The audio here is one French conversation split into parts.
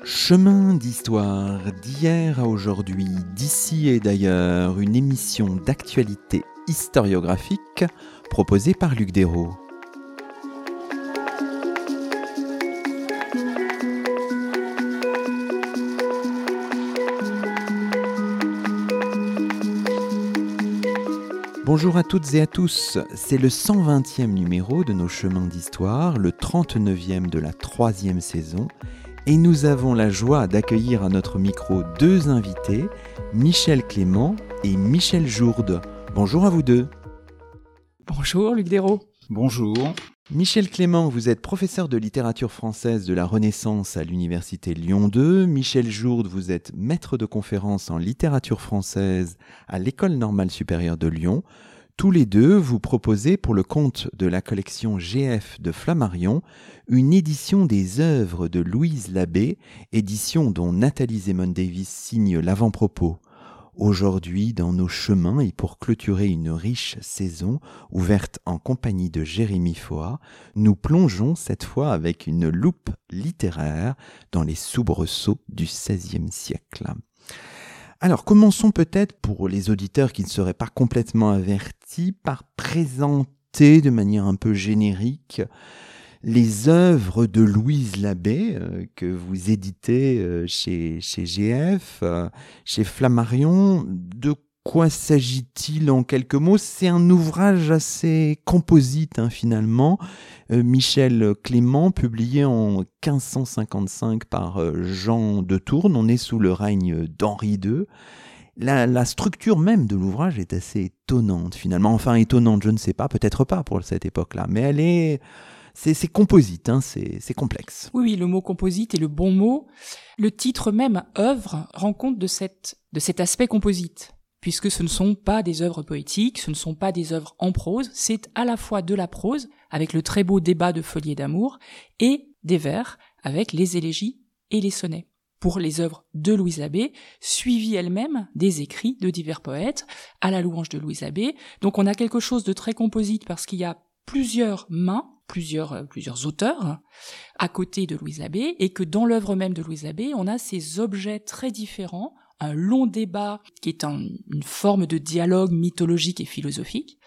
Chemin d'histoire, d'hier à aujourd'hui, d'ici et d'ailleurs, une émission d'actualité historiographique proposée par Luc Dérault. Bonjour à toutes et à tous, c'est le 120e numéro de nos chemins d'histoire, le 39e de la 3e saison, et nous avons la joie d'accueillir à notre micro deux invités, Michel Clément et Michel Jourde. Bonjour à vous deux. Bonjour Luc Dérault. Bonjour. Michel Clément, vous êtes professeur de littérature française de la Renaissance à l'Université Lyon 2. Michel Jourde, vous êtes maître de conférences en littérature française à l'École normale supérieure de Lyon. Tous les deux, vous proposez pour le compte de la collection GF de Flammarion une édition des œuvres de Louise Labbé, édition dont Nathalie Zemon-Davis signe l'avant-propos. Aujourd'hui, dans nos chemins et pour clôturer une riche saison ouverte en compagnie de Jérémy Foa, nous plongeons cette fois avec une loupe littéraire dans les soubresauts du XVIe siècle. Alors, commençons peut-être, pour les auditeurs qui ne seraient pas complètement avertis, par présenter de manière un peu générique les œuvres de Louise Labbé que vous éditez chez GF, chez Flammarion. De quoi s'agit-il en quelques mots ? C'est un ouvrage assez composite finalement. Michel Clément, publié en 1555 par Jean de Tourne. On est sous le règne d'Henri II. La structure même de l'ouvrage est assez étonnante finalement. Enfin étonnante, je ne sais pas, peut-être pas pour cette époque-là, mais elle est... C'est composite, c'est complexe. Oui, le mot composite est le bon mot. Le titre même, œuvre, rend compte de cet aspect composite, puisque ce ne sont pas des œuvres poétiques, ce ne sont pas des œuvres en prose, c'est à la fois de la prose, avec le très beau débat de Folie et d'amour, et des vers, avec les élégies et les sonnets. Pour les œuvres de Louise Labbé, suivies elles-mêmes des écrits de divers poètes, à la louange de Louise Labbé. Donc on a quelque chose de très composite parce qu'il y a plusieurs mains, plusieurs auteurs à côté de Louise Labbé, et que dans l'œuvre même de Louise Labbé, on a ces objets très différents, un long débat qui est une forme de dialogue mythologique et philosophique,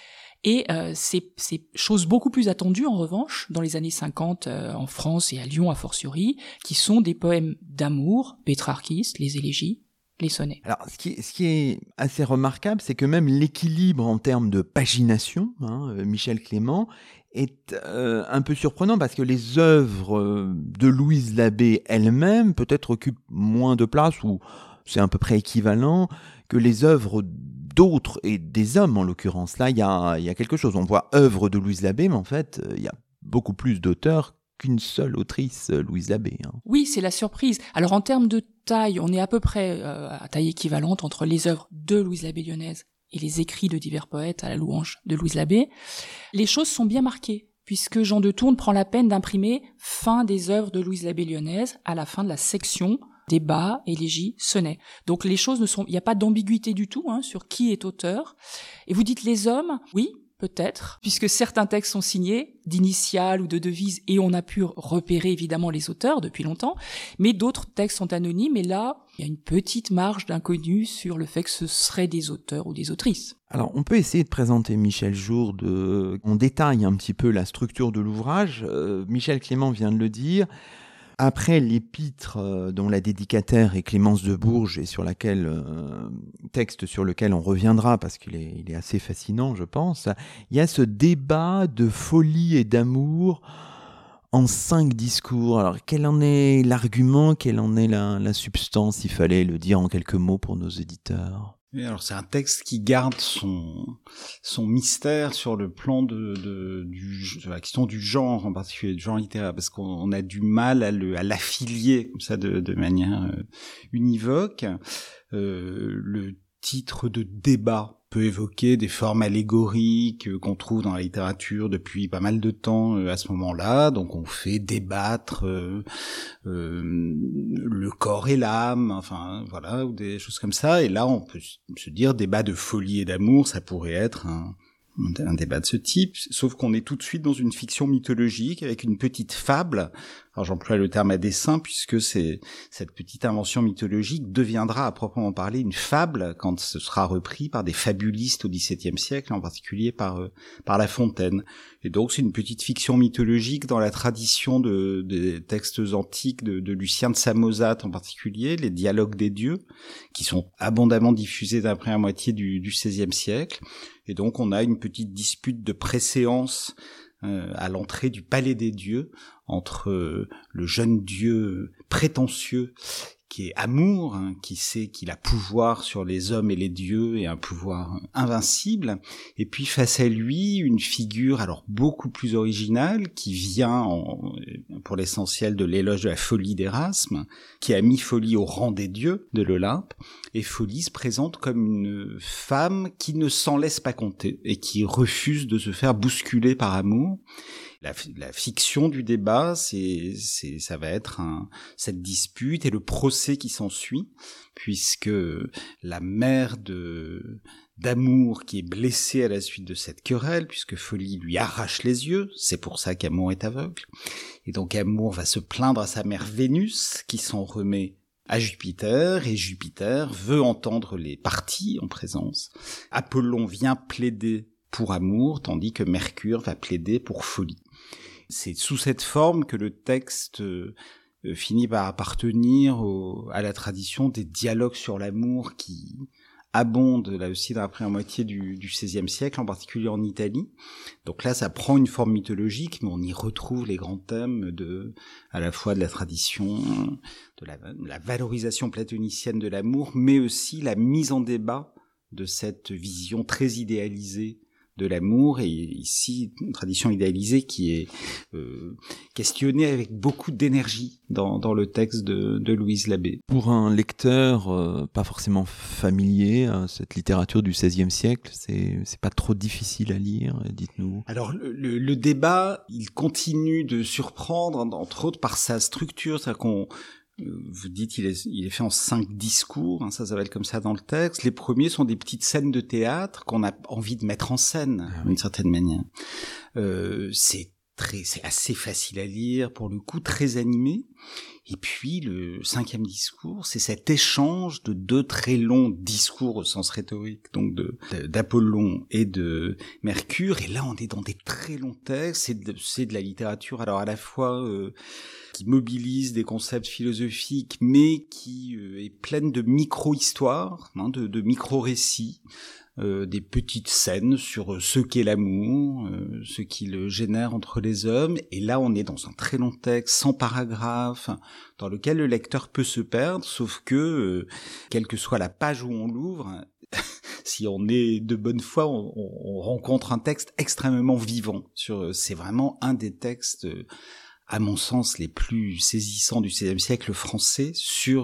et ces choses beaucoup plus attendues en revanche dans les années 50 en France et à Lyon a fortiori, qui sont des poèmes d'amour, Pétrarchis, les élégies, les sonnets. Alors, ce qui est assez remarquable, c'est que même l'équilibre en termes de pagination, Michel Clément, est un peu surprenant parce que les œuvres de Louise Labbé elle-même peut-être occupent moins de place, ou c'est à peu près équivalent, que les œuvres d'autres, et des hommes en l'occurrence. Là, il y a quelque chose. On voit œuvre de Louise Labbé, mais en fait, il y a beaucoup plus d'auteurs qu'une seule autrice, Louise Labbé. Oui, c'est la surprise. Alors en termes de taille, on est à peu près à taille équivalente entre les œuvres de Louise Labbé lyonnaise et les écrits de divers poètes à la louange de Louise Labbé. Les choses sont bien marquées, puisque Jean de Tourne prend la peine d'imprimer fin des œuvres de Louise Labbé lyonnaise à la fin de la section débat, élégie, sonnet. Donc les choses il n'y a pas d'ambiguïté du tout sur qui est auteur. Et vous dites les hommes, oui, peut-être, puisque certains textes sont signés d'initiales ou de devises, et on a pu repérer évidemment les auteurs depuis longtemps, mais d'autres textes sont anonymes, et là, il y a une petite marge d'inconnu sur le fait que ce seraient des auteurs ou des autrices. Alors, on peut essayer de présenter Michel Jourde. On détaille un petit peu la structure de l'ouvrage. Michel Clément vient de le dire. Après l'épître dont la dédicataire est Clémence de Bourges, et texte sur lequel on reviendra parce qu'il est assez fascinant, je pense, il y a ce débat de folie et d'amour en 5 discours. Alors, quel en est l'argument, quelle en est la substance, il fallait le dire en quelques mots pour nos éditeurs ? Oui, alors c'est un texte qui garde son mystère sur le plan de la question du genre, en particulier du genre littéraire, parce qu'on a du mal à l'affilier comme ça de manière univoque. Le titre de débat peut évoquer des formes allégoriques qu'on trouve dans la littérature depuis pas mal de temps à ce moment-là. Donc on fait débattre le corps et l'âme, enfin voilà, ou des choses comme ça. Et là on peut se dire débat de folie et d'amour, ça pourrait être un débat de ce type, sauf qu'on est tout de suite dans une fiction mythologique avec une petite fable. Alors j'emploie le terme à dessein puisque cette petite invention mythologique deviendra à proprement parler une fable quand ce sera repris par des fabulistes au XVIIe siècle, en particulier par La Fontaine. Et donc c'est une petite fiction mythologique dans la tradition des textes antiques de Lucien de Samosate en particulier, les dialogues des dieux, qui sont abondamment diffusés dans la première moitié du XVIe siècle. Et donc on a une petite dispute de préséance à l'entrée du palais des dieux entre le jeune dieu prétentieux qui est Amour, qui sait qu'il a pouvoir sur les hommes et les dieux et un pouvoir invincible, et puis face à lui une figure alors beaucoup plus originale qui vient pour l'essentiel de l'éloge de la folie d'Erasme, qui a mis Folie au rang des dieux de l'Olympe, et Folie se présente comme une femme qui ne s'en laisse pas compter et qui refuse de se faire bousculer par Amour. La fiction du débat, ça va être cette dispute et le procès qui s'ensuit, puisque la mère d'Amour qui est blessée à la suite de cette querelle, puisque Folie lui arrache les yeux, c'est pour ça qu'Amour est aveugle, et donc Amour va se plaindre à sa mère Vénus, qui s'en remet à Jupiter, et Jupiter veut entendre les parties en présence. Apollon vient plaider pour Amour, tandis que Mercure va plaider pour Folie. C'est sous cette forme que le texte finit par appartenir à la tradition des dialogues sur l'amour qui abondent là aussi dans la première moitié du XVIe siècle, en particulier en Italie. Donc là, ça prend une forme mythologique, mais on y retrouve les grands thèmes à la fois de la tradition, de la valorisation platonicienne de l'amour, mais aussi la mise en débat de cette vision très idéalisée de l'amour, et ici une tradition idéalisée qui est questionnée avec beaucoup d'énergie dans le texte de Louise Labbé. Pour un lecteur pas forcément familier à cette littérature du XVIe siècle, c'est pas trop difficile à lire, dites-nous. Alors le débat, il continue de surprendre, entre autres par sa structure, c'est-à-dire qu'on vous dites il est fait en 5 discours, ça s'appelle comme ça dans le texte. Les premiers sont des petites scènes de théâtre qu'on a envie de mettre en scène d'une certaine manière. C'est assez facile à lire, pour le coup très animé. Et puis le 5e discours, c'est cet échange de 2 très longs discours au sens rhétorique, donc d'Apollon et de Mercure. Et là, on est dans des très longs textes. C'est de la littérature, alors à la fois qui mobilise des concepts philosophiques, mais qui est pleine de micro-histoires, de micro-récits. Des petites scènes sur ce qu'est l'amour, ce qui le génère entre les hommes, et là on est dans un très long texte, sans paragraphe, dans lequel le lecteur peut se perdre, sauf que, quelle que soit la page où on l'ouvre, si on est de bonne foi, on rencontre un texte extrêmement vivant. C'est vraiment un des textes à mon sens, les plus saisissants du XVIe siècle français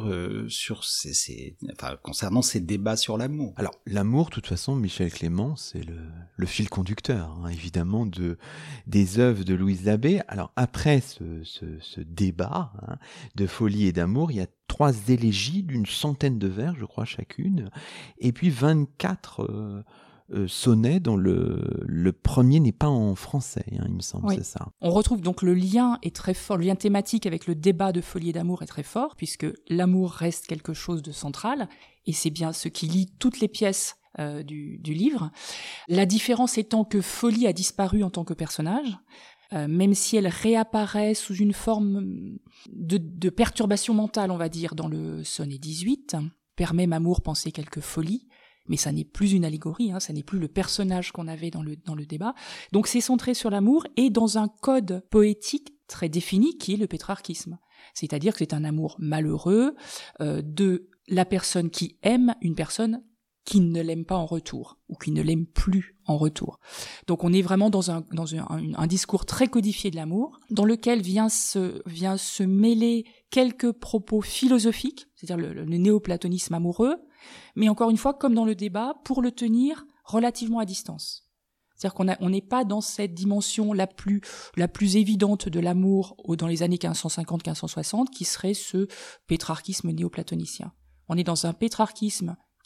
concernant ces débats sur l'amour. Alors, l'amour, de toute façon, Michel Clément, c'est le fil conducteur, évidemment, des œuvres de Louise Labbé. Alors, après ce débat de folie et d'amour, il y a 3 élégies d'une centaine de vers, je crois, chacune, et puis 24 sonnets dont le premier n'est pas en français, il me semble, oui. C'est ça. On retrouve donc le lien est très fort, le lien thématique avec le débat de folie et d'amour est très fort, puisque l'amour reste quelque chose de central, et c'est bien ce qui lie toutes les pièces du livre. La différence étant que Folie a disparu en tant que personnage, même si elle réapparaît sous une forme de perturbation mentale, on va dire, dans le sonnet 18, permet Amour penser quelque folie, mais ça n'est plus une allégorie, ça n'est plus le personnage qu'on avait dans le débat. Donc c'est centré sur l'amour et dans un code poétique très défini qui est le pétrarchisme. C'est-à-dire que c'est un amour malheureux de la personne qui aime une personne qui ne l'aime pas en retour ou qui ne l'aime plus en retour. Donc on est vraiment dans un discours très codifié de l'amour, dans lequel vient se mêler quelques propos philosophiques, c'est-à-dire le néoplatonisme amoureux, mais encore une fois, comme dans le débat, pour le tenir relativement à distance. C'est-à-dire qu'on n'est pas dans cette dimension la plus évidente de l'amour dans les années 1550-1560, qui serait ce pétrarchisme néoplatonicien. On est dans un pétrarchisme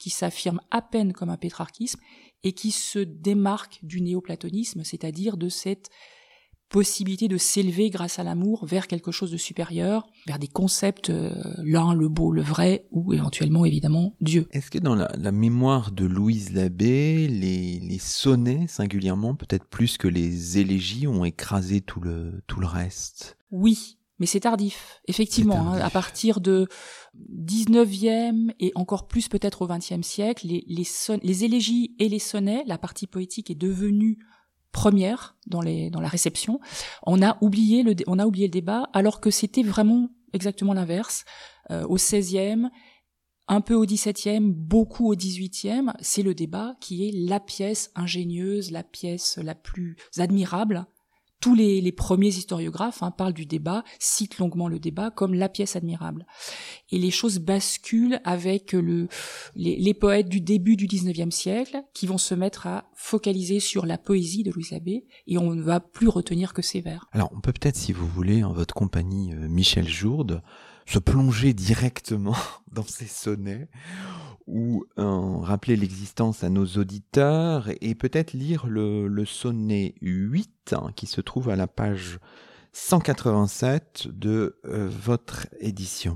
qui s'affirme à peine comme un pétrarchisme et qui se démarque du néoplatonisme, c'est-à-dire de cette possibilité de s'élever grâce à l'amour vers quelque chose de supérieur, vers des concepts, l'un, le beau, le vrai, ou éventuellement, évidemment, Dieu. Est-ce que dans la mémoire de Louise Labbé, les sonnets, singulièrement, peut-être plus que les élégies, ont écrasé tout le reste? Oui, mais c'est tardif, effectivement. C'est tardif. À partir de 19e et encore plus peut-être au 20e siècle, les élégies et les sonnets, la partie poétique est devenue première dans la réception. On a oublié le débat, alors que c'était vraiment exactement l'inverse. Au 16e, un peu au 17e, beaucoup au 18e, c'est le débat qui est la pièce ingénieuse, la pièce la plus admirable. Tous les premiers historiographes parlent du débat, citent longuement le débat comme la pièce admirable. Et les choses basculent avec les poètes du début du 19e siècle qui vont se mettre à focaliser sur la poésie de Louise Labbé et on ne va plus retenir que ses vers. Alors, on peut peut-être, si vous voulez, en votre compagnie, Michel Jourde, se plonger directement dans ces sonnets ou rappeler l'existence à nos auditeurs et peut-être lire le sonnet 8 qui se trouve à la page 187 de votre édition.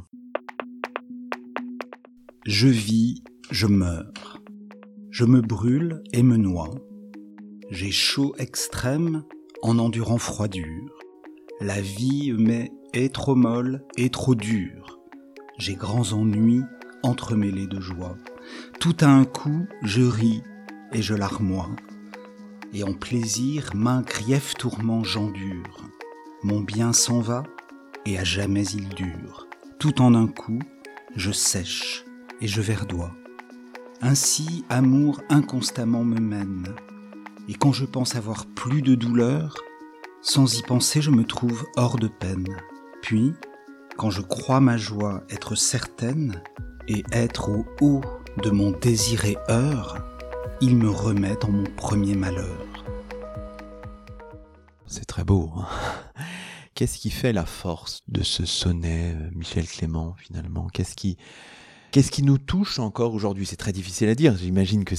Je vis, je meurs. Je me brûle et me noie. J'ai chaud extrême en endurant froidure. La vie est trop molle et trop dure. J'ai grands ennuis entremêlés de joie. Tout à un coup, je ris et je larmoie. Et en plaisir, maint grief tourment j'endure. Mon bien s'en va et à jamais il dure. Tout en un coup, je sèche et je verdoie. Ainsi, amour inconstamment me mène. Et quand je pense avoir plus de douleur, sans y penser, je me trouve hors de peine. Puis, quand je crois ma joie être certaine et être au haut de mon désiré heure, il me remet en mon premier malheur. C'est très beau, hein. Qu'est-ce qui fait la force de ce sonnet, Michel Clément, finalement? Qu'est-ce qui nous touche encore aujourd'hui? C'est très difficile à dire, j'imagine que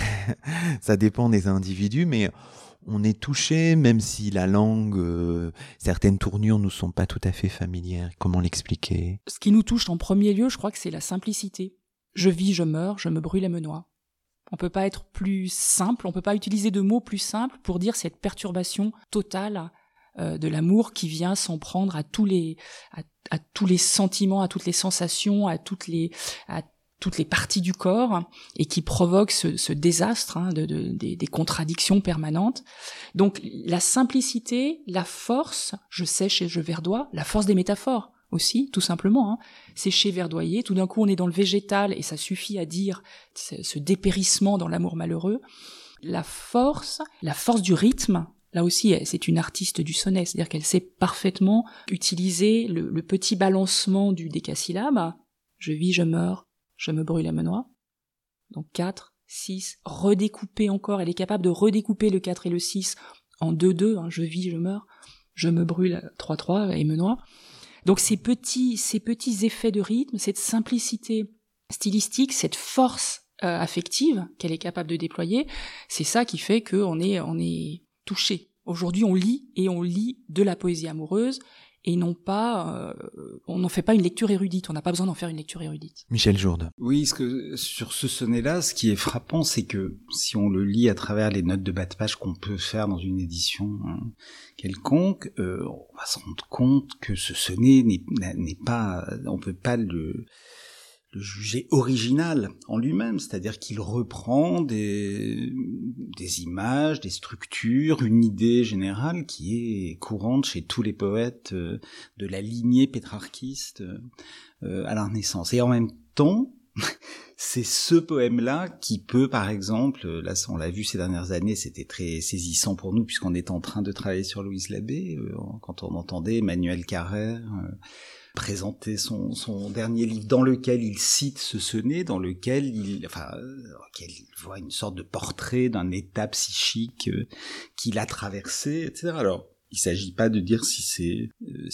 ça dépend des individus, mais on est touché, même si la langue, certaines tournures nous sont pas tout à fait familières. Comment l'expliquer? Ce qui nous touche en premier lieu, je crois que c'est la simplicité. Je vis, je meurs, je me brûle et me noie. On peut pas être plus simple, on peut pas utiliser de mots plus simples pour dire cette perturbation totale de l'amour qui vient s'en prendre à tous les sentiments, à toutes les sensations, à toutes les parties du corps et qui provoque ce désastre des contradictions permanentes. Donc la simplicité, la force, je sèche et je verdoie, la force des métaphores aussi, tout simplement. Sécher, verdoyer, tout d'un coup on est dans le végétal et ça suffit à dire ce dépérissement dans l'amour malheureux. La force du rythme, là aussi c'est une artiste du sonnet, c'est-à-dire qu'elle sait parfaitement utiliser le petit balancement du décasyllabe. Je vis, je meurs, je me brûle et me noie. Donc 4, 6, redécouper encore, elle est capable de redécouper le 4 et le 6 en 2-2, je vis, je meurs, je me brûle 3-3 et me noie. Donc ces petits effets de rythme, cette simplicité stylistique, cette force affective qu'elle est capable de déployer, c'est ça qui fait qu'on est touché. Aujourd'hui, on lit de la poésie amoureuse et non pas, on n'en fait pas une lecture érudite. On n'a pas besoin d'en faire une lecture érudite. Michel Jourde. Oui, sur ce sonnet-là, ce qui est frappant, c'est que si on le lit à travers les notes de bas de page qu'on peut faire dans une édition quelconque, on va se rendre compte que ce sonnet n'est pas, on peut pas le juger original en lui-même, c'est-à-dire qu'il reprend des images, des structures, une idée générale qui est courante chez tous les poètes de la lignée pétrarchiste à la Renaissance. Et en même temps, c'est ce poème-là qui peut, par exemple, là on l'a vu ces dernières années, c'était très saisissant pour nous puisqu'on était en train de travailler sur Louise Labbé, quand on entendait Emmanuel Carrère présenter son dernier livre dans lequel il cite ce sonnet, dans lequel il voit une sorte de portrait d'un état psychique qu'il a traversé, etc. Alors, il s'agit pas de dire si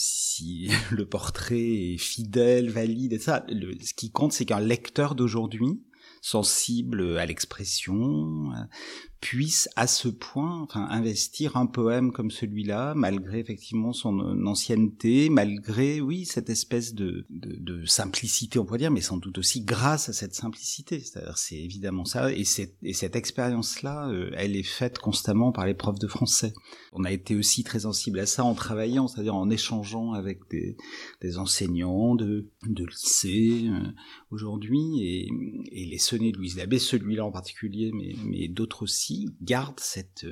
le portrait est fidèle, valide, et ça. Ce qui compte, c'est qu'un lecteur d'aujourd'hui sensible à l'expression, puisse à ce point investir un poème comme celui-là, malgré effectivement son ancienneté, malgré cette espèce de simplicité, on pourrait dire, mais sans doute aussi grâce à cette simplicité. C'est-à-dire, c'est évidemment ça, et cette expérience-là, elle est faite constamment par les profs de français. On a été aussi très sensible à ça en travaillant, c'est-à-dire en échangeant avec des enseignants de lycée aujourd'hui, et les sonnets de Louise Labbé, celui-là en particulier, mais d'autres aussi, garde cette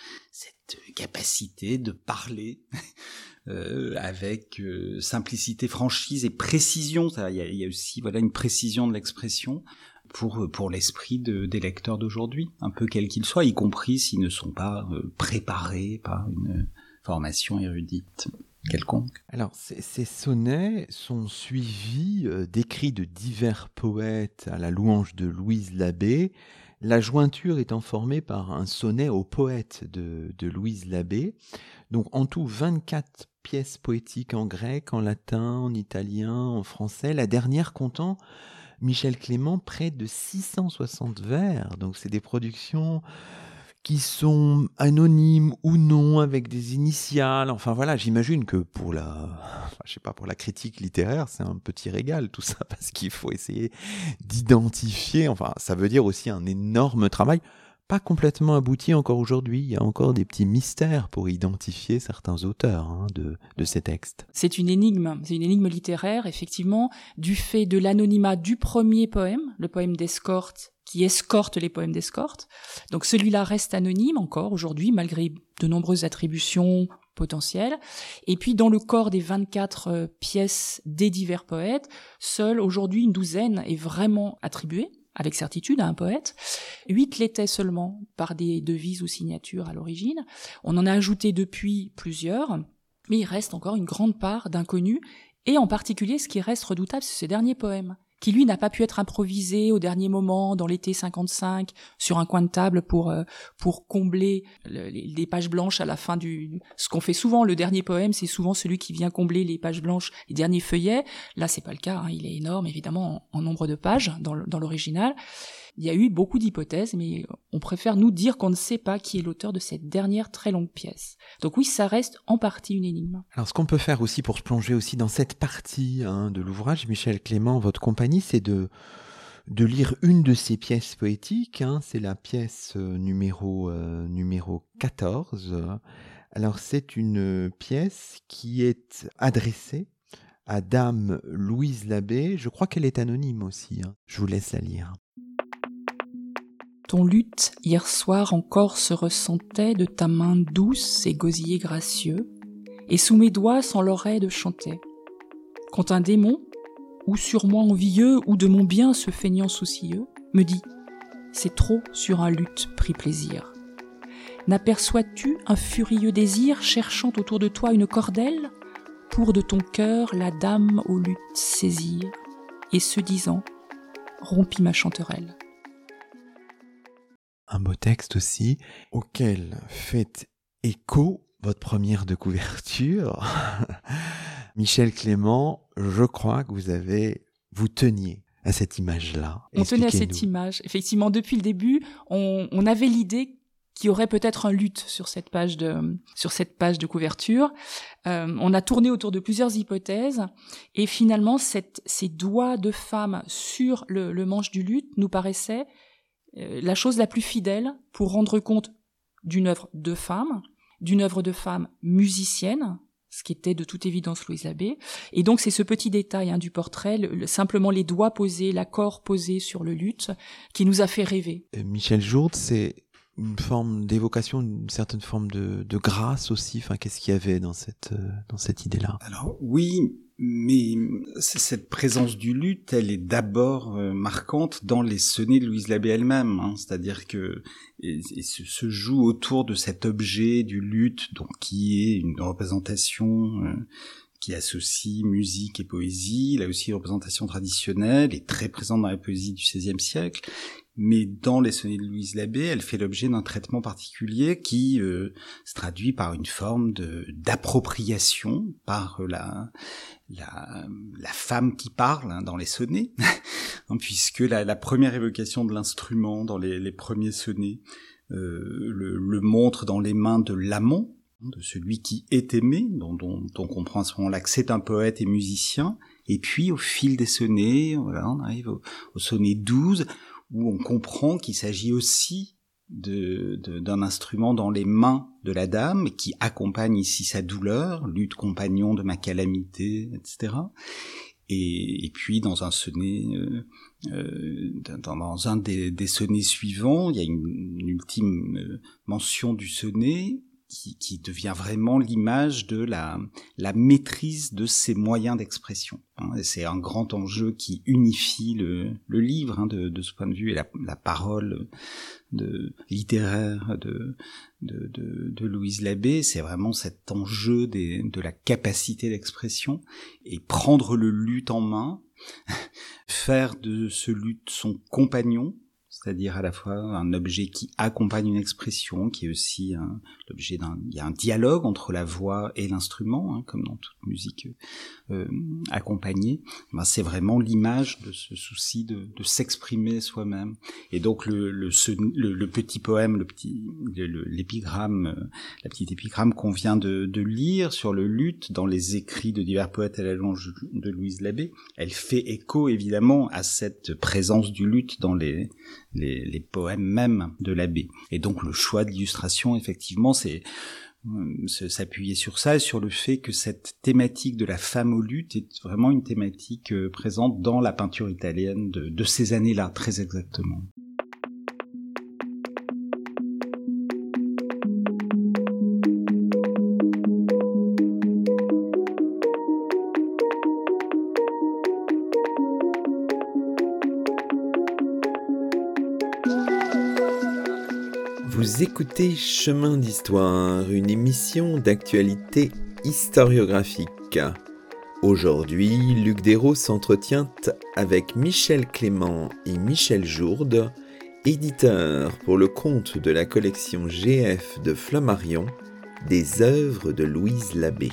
capacité de parler avec simplicité, franchise et précision. Il y a aussi une précision de l'expression pour l'esprit des lecteurs d'aujourd'hui, un peu quels qu'ils soient, y compris s'ils ne sont pas préparés par une formation érudite quelconque. Alors, ces sonnets sont suivis d'écrits de divers poètes à la louange de Louise Labbé, la jointure étant formée par un sonnet au poète de Louise Labbé. Donc, en tout, 24 pièces poétiques en grec, en latin, en italien, en français, la dernière comptant, Michel Clément, près de 660 vers. Donc, c'est des productions qui sont anonymes ou non, avec des initiales. Enfin voilà, j'imagine que pour la critique littéraire, c'est un petit régal tout ça, parce qu'il faut essayer d'identifier. Enfin, ça veut dire aussi un énorme travail, pas complètement abouti encore aujourd'hui. Il y a encore des petits mystères pour identifier certains auteurs de ces textes. C'est une énigme littéraire, effectivement, du fait de l'anonymat du premier poème, le poème d'Escorte, qui escorte les poèmes d'Escorte. Donc celui-là reste anonyme encore aujourd'hui, malgré de nombreuses attributions potentielles. Et puis dans le corps des 24 pièces des divers poètes, seule aujourd'hui une douzaine est vraiment attribuée, avec certitude, à un poète. 8 l'étaient seulement par des devises ou signatures à l'origine. On en a ajouté depuis plusieurs, mais il reste encore une grande part d'inconnus, et en particulier ce qui reste redoutable, c'est ce dernier poème, qui lui n'a pas pu être improvisé au dernier moment, dans l'été 55, sur un coin de table pour combler les pages blanches à la fin ce qu'on fait souvent, le dernier poème, c'est souvent celui qui vient combler les pages blanches, les derniers feuillets. Là, c'est pas le cas, il est énorme, évidemment, en nombre de pages, dans l'original. Il y a eu beaucoup d'hypothèses, mais on préfère nous dire qu'on ne sait pas qui est l'auteur de cette dernière très longue pièce. Donc oui, ça reste en partie une énigme. Alors ce qu'on peut faire aussi pour se plonger aussi dans cette partie de l'ouvrage, Michel Clément, votre compagnie, c'est de lire une de ces pièces poétiques. C'est la pièce numéro 14. Alors c'est une pièce qui est adressée à Dame Louise Labbé. Je crois qu'elle est anonyme aussi. Je vous laisse la lire. Ton luth, hier soir encore se ressentait de ta main douce et gosier gracieux, et sous mes doigts sans l'oreille de chanter. Quand un démon, ou sur moi envieux, ou de mon bien se feignant soucieux, me dit « C'est trop sur un luth pris plaisir ». N'aperçois-tu un furieux désir cherchant autour de toi une cordelle, pour de ton cœur la dame au luth saisir, et ce disant, rompit ma chanterelle. Un beau texte aussi, auquel fait écho votre première de couverture. Michel Clément, je crois que vous teniez à cette image-là. On tenait à cette image. Effectivement, depuis le début, on avait l'idée qu'il y aurait peut-être un luth sur cette page de couverture. On a tourné autour de plusieurs hypothèses, et finalement, ces doigts de femme sur le manche du luth nous paraissaient la chose la plus fidèle pour rendre compte d'une œuvre de femme musicienne, ce qui était de toute évidence Louise Labbé. Et donc c'est ce petit détail du portrait, simplement les doigts posés, l'accord posé sur le luth, qui nous a fait rêver. Michel Jourde, c'est une forme d'évocation, une certaine forme de grâce aussi. Enfin, qu'est-ce qu'il y avait dans cette idée-là? Alors oui, mais cette présence du luth, elle est d'abord marquante dans les sonnets de Louise Labbé elle-même, c'est-à-dire que se joue autour de cet objet du luth, donc qui est une représentation qui associe musique et poésie, là aussi une représentation traditionnelle et très présente dans la poésie du XVIe siècle. Mais dans les sonnets de Louise Labbé, elle fait l'objet d'un traitement particulier qui se traduit par une forme d'appropriation par la femme qui parle dans les sonnets, puisque la première évocation de l'instrument dans les premiers sonnets le montre dans les mains de l'amant, de celui qui est aimé, dont on comprend à ce moment-là que c'est un poète et musicien. Et puis au fil des sonnets, voilà, on arrive au sonnet 12, où on comprend qu'il s'agit aussi d'un instrument dans les mains de la dame, qui accompagne ici sa douleur, lutte compagnon de ma calamité, etc. Et puis dans un sonnet, dans un des sonnets suivants, il y a une ultime mention du sonnet qui devient vraiment l'image de la maîtrise de ses moyens d'expression. Et c'est un grand enjeu qui unifie le livre, de ce point de vue, et la parole littéraire de Louise Labbé. C'est vraiment cet enjeu de la capacité d'expression, et prendre le luth en main, faire de ce luth son compagnon, c'est-à-dire à la fois un objet qui accompagne une expression, qui est aussi l'objet il y a un dialogue entre la voix et l'instrument, comme dans toute musique accompagnée. C'est vraiment l'image de ce souci de s'exprimer soi-même. Et donc le petit poème, l'épigramme, la petite épigramme qu'on vient de lire sur le luth dans les écrits de divers poètes à la louange de Louise Labbé, elle fait écho évidemment à cette présence du luth dans les poèmes même de Labbé. Et donc le choix de l'illustration, effectivement, c'est s'appuyer sur ça, et sur le fait que cette thématique de la femme au luth est vraiment une thématique présente dans la peinture italienne de ces années-là, très exactement. Vous écoutez Chemin d'Histoire, une émission d'actualité historiographique. Aujourd'hui, Luc Dérault s'entretient avec Michel Clément et Michel Jourde, éditeurs pour le compte de la collection GF de Flammarion, des œuvres de Louise Labbé.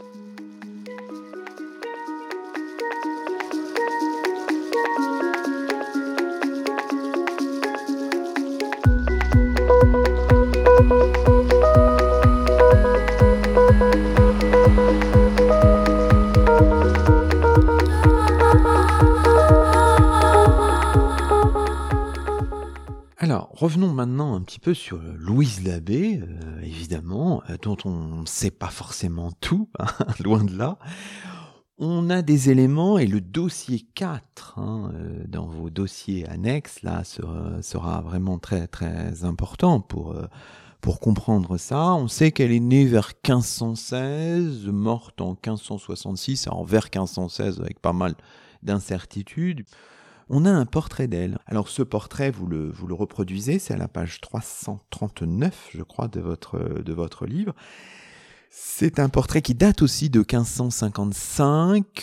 Alors, revenons maintenant un petit peu sur Louise Labbé, évidemment, dont on ne sait pas forcément tout, loin de là. On a des éléments, et le dossier 4, dans vos dossiers annexes, là, sera vraiment très, très important pour comprendre ça. On sait qu'elle est née vers 1516, morte en 1566, alors vers 1516 avec pas mal d'incertitudes. On a un portrait d'elle. Alors ce portrait, vous le reproduisez, c'est à la page 339, je crois, de votre livre. C'est un portrait qui date aussi de 1555.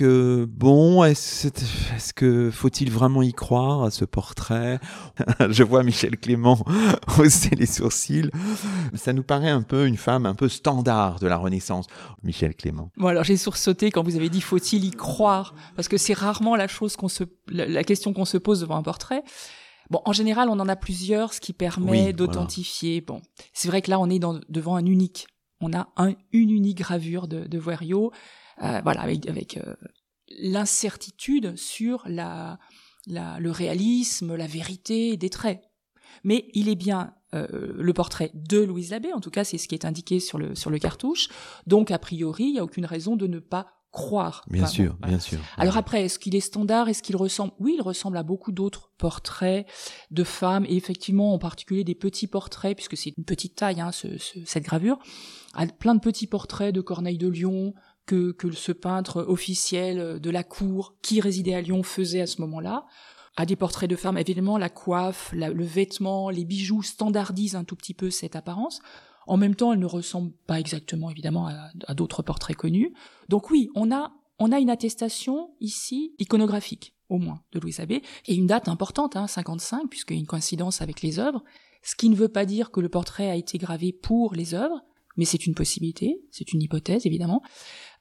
Est-ce que faut-il vraiment y croire à ce portrait ? Je vois Michel Clément hausser les sourcils. Ça nous paraît un peu une femme un peu standard de la Renaissance. Michel Clément. Bon, alors j'ai sursauté quand vous avez dit faut-il y croire, parce que c'est rarement la question qu'on se pose devant un portrait. Bon, en général, on en a plusieurs, ce qui permet d'authentifier. Voilà. Bon, c'est vrai que là, on est devant un unique. On a une unique gravure de Voiriot, avec l'incertitude sur le réalisme, la vérité des traits. Mais il est bien le portrait de Louise Labbé, en tout cas c'est ce qui est indiqué sur le cartouche, donc a priori il n'y a aucune raison de ne pas croire. Bien sûr. Alors après, est-ce qu'il est standard, est-ce qu'il ressemble ? Oui, il ressemble à beaucoup d'autres portraits de femmes, et effectivement en particulier des petits portraits, puisque c'est une petite taille, cette gravure, à plein de petits portraits de Corneille de Lyon, que ce peintre officiel de la cour qui résidait à Lyon faisait à ce moment-là, à des portraits de femmes. Évidemment, la coiffe, le vêtement, les bijoux standardisent un tout petit peu cette apparence. En même temps, elle ne ressemble pas exactement, évidemment, à d'autres portraits connus. Donc oui, on a une attestation ici iconographique, au moins, de Louise Labbé, et une date importante, 55, puisqu'il y a une coïncidence avec les œuvres, ce qui ne veut pas dire que le portrait a été gravé pour les œuvres, mais c'est une possibilité, c'est une hypothèse, évidemment.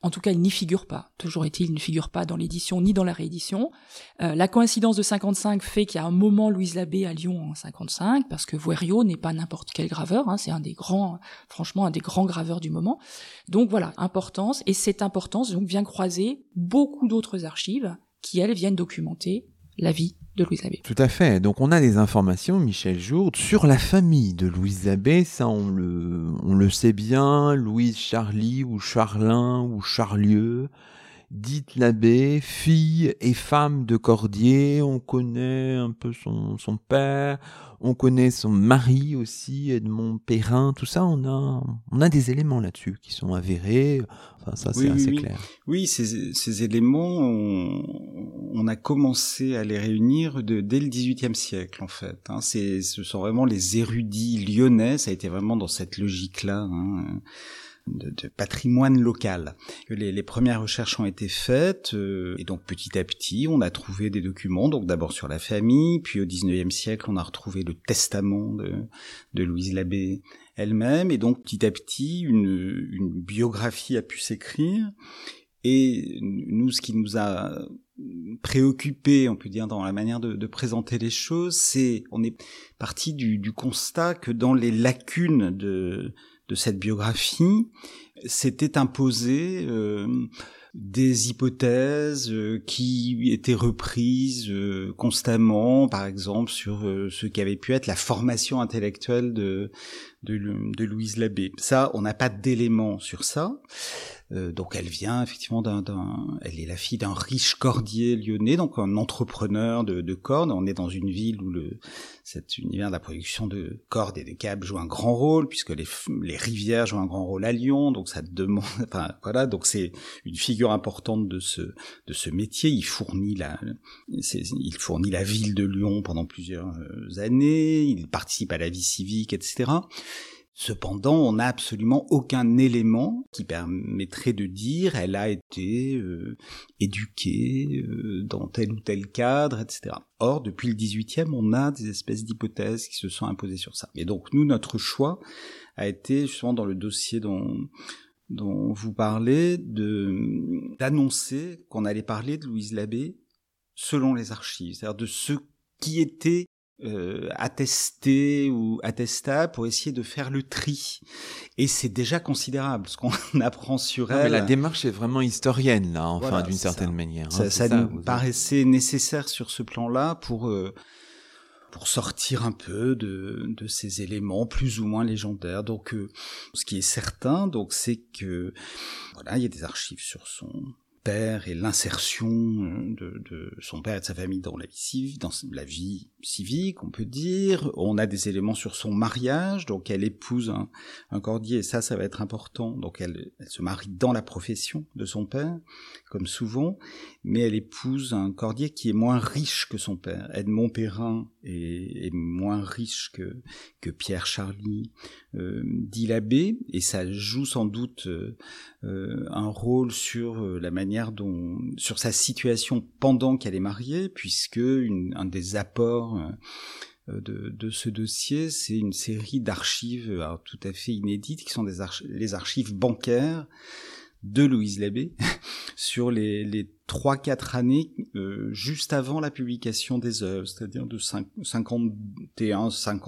En tout cas, il n'y figure pas. Toujours est-il, il ne figure pas dans l'édition ni dans la réédition. La coïncidence de 55 fait qu'il y a un moment Louise Labbé à Lyon en 55, parce que Voueriot n'est pas n'importe quel graveur, c'est un des grands graveurs du moment. Donc voilà, importance, et cette importance donc vient croiser beaucoup d'autres archives qui, elles, viennent documenter la vie de Louise Labbé. Tout à fait. Donc on a des informations, Michel Jourde, sur la famille de Louise Labbé. Ça, on le sait bien. Louise Charly ou Charlin ou Charlieu, dite Labbé, fille et femme de Cordier. On connaît un peu son père. On connaît son mari aussi, Edmond Perrin. Tout ça, on a des éléments là-dessus qui sont avérés. Enfin, ça, c'est assez clair. Oui, ces éléments, on a commencé à les réunir dès le XVIIIe siècle, en fait. Ce sont vraiment les érudits lyonnais. Ça a été vraiment dans cette logique-là, de patrimoine local que les premières recherches ont été faites, et donc petit à petit on a trouvé des documents, donc d'abord sur la famille, puis au XIXe siècle on a retrouvé le testament de Louise Labbé elle-même, et donc petit à petit une biographie a pu s'écrire. Et nous, ce qui nous a préoccupé, on peut dire, dans la manière de présenter les choses, on est parti du constat que dans les lacunes de cette biographie, s'étaient imposées des hypothèses qui étaient reprises constamment, par exemple sur ce qu'avait pu être la formation intellectuelle de Louise Labbé. Ça, on n'a pas d'éléments sur ça. Donc elle vient effectivement elle est la fille d'un riche cordier lyonnais, donc un entrepreneur de cordes. On est dans une ville où cet univers de la production de cordes et de câbles joue un grand rôle, puisque les rivières jouent un grand rôle à Lyon, donc ça demande, voilà, donc c'est une figure importante de ce métier. Il fournit la ville de Lyon pendant plusieurs années, il participe à la vie civique, etc. Cependant, on n'a absolument aucun élément qui permettrait de dire elle a été éduquée dans tel ou tel cadre, etc. Or, depuis le XVIIIe, on a des espèces d'hypothèses qui se sont imposées sur ça. Et donc, nous, notre choix a été, justement, dans le dossier dont vous parlez, d'annoncer qu'on allait parler de Louise Labbé selon les archives, c'est-à-dire de ce qui était attesté ou attestable, pour essayer de faire le tri. Et c'est déjà considérable ce qu'on apprend sur elle. Mais la démarche est vraiment historienne là, enfin, voilà, d'une certaine manière. Ça nous paraissait nécessaire sur ce plan-là pour sortir un peu de ces éléments plus ou moins légendaires. Donc, ce qui est certain, donc, c'est que voilà, il y a des archives sur son père et l'insertion de son père et de sa famille dans la vie civique, on peut dire. On a des éléments sur son mariage, donc elle épouse un cordier, et ça va être important. Donc elle se marie dans la profession de son père, comme souvent, mais elle épouse un cordier qui est moins riche que son père. Edmond Perrin est moins riche que Pierre Charly, dit Labbé, et ça joue sans doute un rôle sur la manière sur sa situation pendant qu'elle est mariée, puisque un des apports de ce dossier, c'est une série d'archives tout à fait inédites, qui sont les archives bancaires de Louise Labbé sur les 3-4 années juste avant la publication des œuvres, c'est-à-dire de 51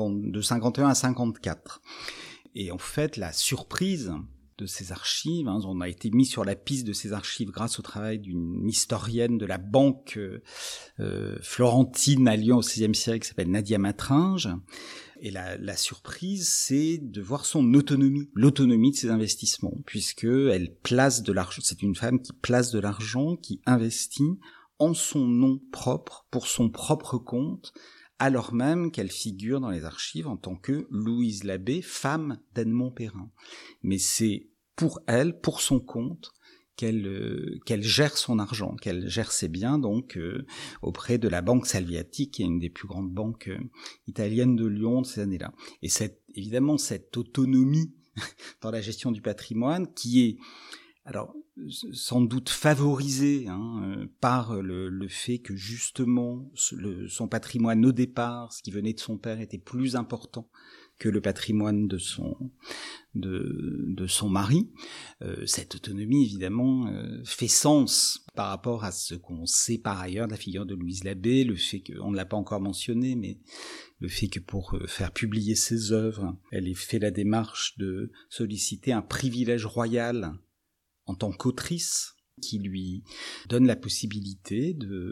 à 54. Et en fait, la surprise de ces archives, on a été mis sur la piste de ces archives grâce au travail d'une historienne de la banque florentine à Lyon au XVIe siècle, qui s'appelle Nadia Matringe. Et la surprise, c'est de voir son autonomie, l'autonomie de ses investissements, puisque elle place de l'argent. C'est une femme qui place de l'argent, qui investit en son nom propre, pour son propre compte, alors même qu'elle figure dans les archives en tant que Louise Labbé, femme d'Edmond Perrin. Mais c'est pour elle, pour son compte, qu'elle gère son argent, qu'elle gère ses biens, donc auprès de la Banque Salviati, qui est une des plus grandes banques italiennes de Lyon de ces années-là. Et évidemment, cette autonomie dans la gestion du patrimoine, qui est sans doute favorisée par le fait que justement son patrimoine au départ, ce qui venait de son père, était plus important que le patrimoine de son mari. Cette autonomie, évidemment, fait sens par rapport à ce qu'on sait par ailleurs de la figure de Louise Labbé, le fait qu'on ne l'a pas encore mentionné, mais le fait que pour faire publier ses œuvres, elle ait fait la démarche de solliciter un privilège royal en tant qu'autrice, qui lui donne la possibilité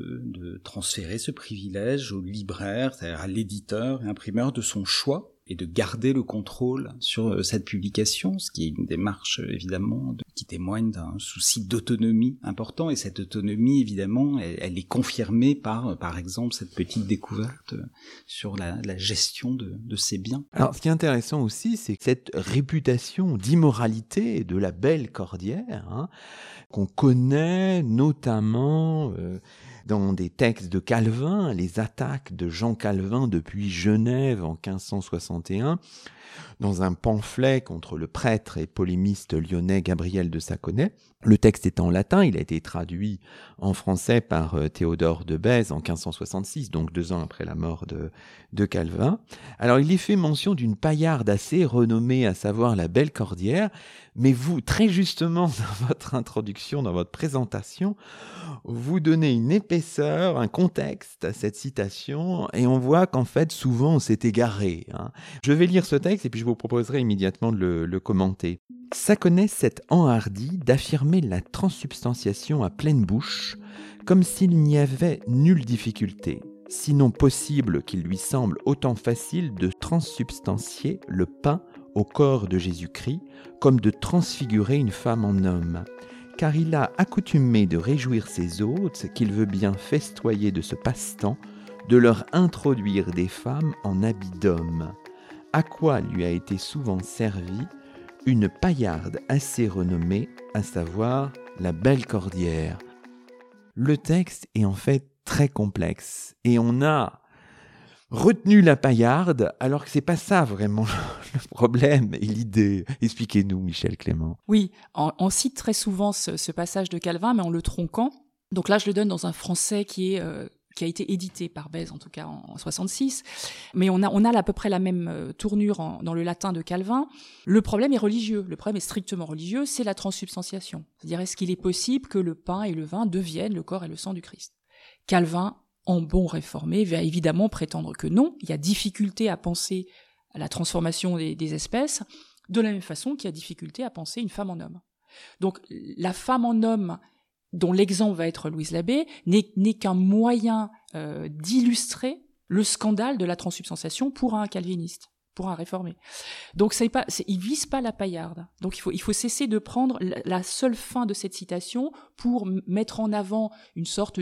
de transférer ce privilège au libraire, c'est-à-dire à l'éditeur et imprimeur de son choix, et de garder le contrôle sur cette publication, ce qui est une démarche évidemment qui témoigne d'un souci d'autonomie important, et cette autonomie évidemment elle est confirmée par exemple cette petite découverte sur la gestion de ses biens. Alors ce qui est intéressant aussi, c'est que cette réputation d'immoralité de la belle Cordière, qu'on connaît notamment dans des textes de Calvin, les attaques de Jean Calvin depuis Genève en 1561, dans un pamphlet contre le prêtre et polémiste lyonnais Gabriel de Saconnet. Le texte est en latin, il a été traduit en français par Théodore de Bèze en 1566, donc 2 ans après la mort de Calvin. Alors il y fait mention d'une paillarde assez renommée, à savoir la Belle Cordière, mais vous, très justement, dans votre introduction, dans votre présentation, vous donnez une épaisseur, un contexte à cette citation, et on voit qu'en fait, souvent, on s'est égaré. Je vais lire ce texte, et puis je vous proposerai immédiatement de le commenter. Saconnet s'est enhardi d'affirmer la transsubstantiation à pleine bouche, comme s'il n'y avait nulle difficulté, sinon possible qu'il lui semble autant facile de transsubstantier le pain au corps de Jésus-Christ, comme de transfigurer une femme en homme, car il a accoutumé de réjouir ses hôtes qu'il veut bien festoyer de ce passe-temps, de leur introduire des femmes en habit d'homme, à quoi lui a été souvent servi une paillarde assez renommée, à savoir la Belle Cordière. Le texte est en fait très complexe, et on a retenu la paillarde, alors que c'est pas ça vraiment le problème et l'idée. Expliquez-nous, Michel Clément. Oui, on cite très souvent ce passage de Calvin, mais en le tronquant. Donc là, je le donne dans un français qui a été édité par Bèze, en tout cas en 66. Mais on a à peu près la même tournure dans le latin de Calvin. Le problème est religieux. Le problème est strictement religieux, c'est la transsubstantiation. C'est-à-dire, est-ce qu'il est possible que le pain et le vin deviennent le corps et le sang du Christ ? Calvin, en bon réformé, va évidemment prétendre que non. Il y a difficulté à penser à la transformation des espèces, de la même façon qu'il y a difficulté à penser une femme en homme. Donc, la femme en homme, dont l'exemple va être Louise Labbé, n'est qu'un moyen d'illustrer le scandale de la transsubstantiation pour un calviniste, pour un réformé. Donc il vise pas la paillarde. Donc il faut cesser de prendre la seule fin de cette citation pour mettre en avant une sorte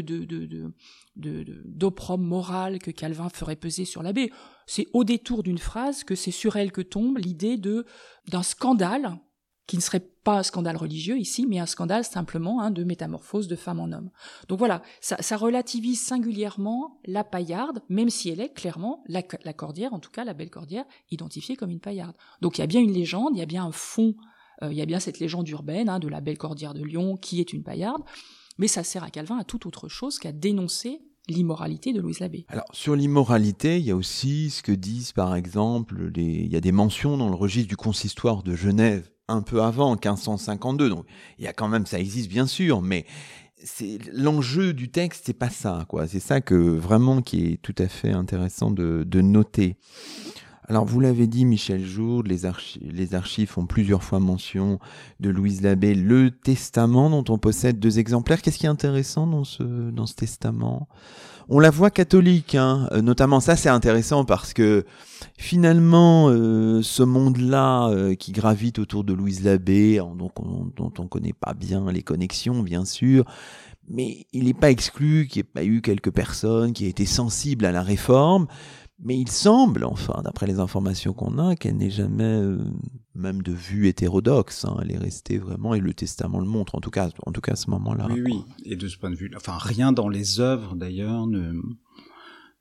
d'opprobre moral que Calvin ferait peser sur Labbé. C'est au détour d'une phrase que c'est sur elle que tombe l'idée d'un scandale qui ne serait pas un scandale religieux ici, mais un scandale simplement de métamorphose de femme en homme. Donc voilà, ça relativise singulièrement la paillarde, même si elle est clairement la Cordière, en tout cas la Belle Cordière, identifiée comme une paillarde. Donc il y a bien une légende, il y a bien un fond, il y a bien cette légende urbaine de la Belle Cordière de Lyon, qui est une paillarde, mais ça sert à Calvin à toute autre chose qu'à dénoncer l'immoralité de Louise Labbé. Alors, sur l'immoralité, il y a aussi ce que disent, par exemple, il y a des mentions dans le registre du consistoire de Genève, un peu avant, 1552. Donc, il y a quand même, ça existe bien sûr, mais l'enjeu du texte, c'est pas ça, quoi. C'est ça vraiment qui est tout à fait intéressant de noter. Alors, vous l'avez dit, Michel Jourde, les archives font plusieurs fois mention de Louise Labbé, le testament dont on possède 2 exemplaires. Qu'est-ce qui est intéressant dans ce testament ? On la voit catholique, notamment. Ça, c'est intéressant parce que finalement, ce monde-là qui gravite autour de Louise Labbé, dont on connaît pas bien les connexions, bien sûr, mais il n'est pas exclu qu'il n'y ait pas eu quelques personnes qui aient été sensibles à la réforme. Mais il semble, enfin, d'après les informations qu'on a, qu'elle n'est jamais, même de vue hétérodoxe. Elle est restée vraiment, et le testament le montre, en tout cas à ce moment-là. Oui. Et de ce point de vue, enfin, rien dans les œuvres, d'ailleurs,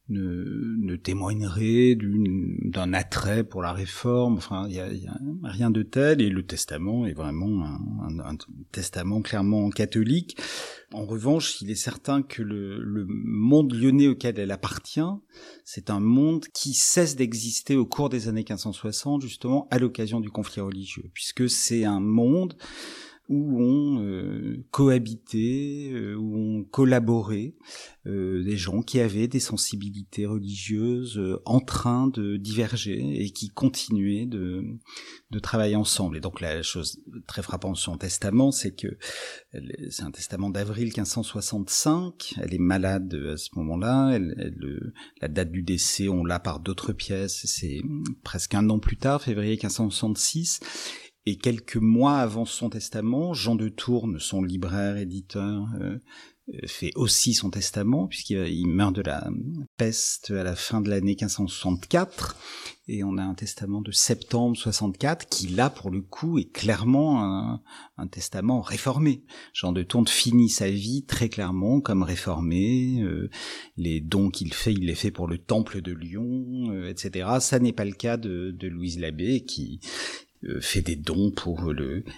ne témoignerait d'un attrait pour la réforme. Enfin, il y a rien de tel, et le testament est vraiment un testament clairement catholique. En revanche, il est certain que le monde lyonnais auquel elle appartient, c'est un monde qui cesse d'exister au cours des années 1560, justement à l'occasion du conflit religieux, puisque c'est un monde où on cohabitait, où on collaborait, des gens qui avaient des sensibilités religieuses en train de diverger et qui continuaient de travailler ensemble. Et donc la chose très frappante de son testament, c'est que c'est un testament d'avril 1565. Elle est malade à ce moment-là. La date du décès, on l'a par d'autres pièces. C'est presque un an plus tard, février 1566. Et quelques mois avant son testament, Jean de Tourne, son libraire, éditeur, fait aussi son testament, puisqu'il meurt de la peste à la fin de l'année 1564, et on a un testament de septembre 64 qui, là, pour le coup, est clairement un testament réformé. Jean de Tourne finit sa vie très clairement comme réformé, les dons qu'il fait, il les fait pour le Temple de Lyon, etc. Ça n'est pas le cas de Louise Labbé, qui fait des dons pour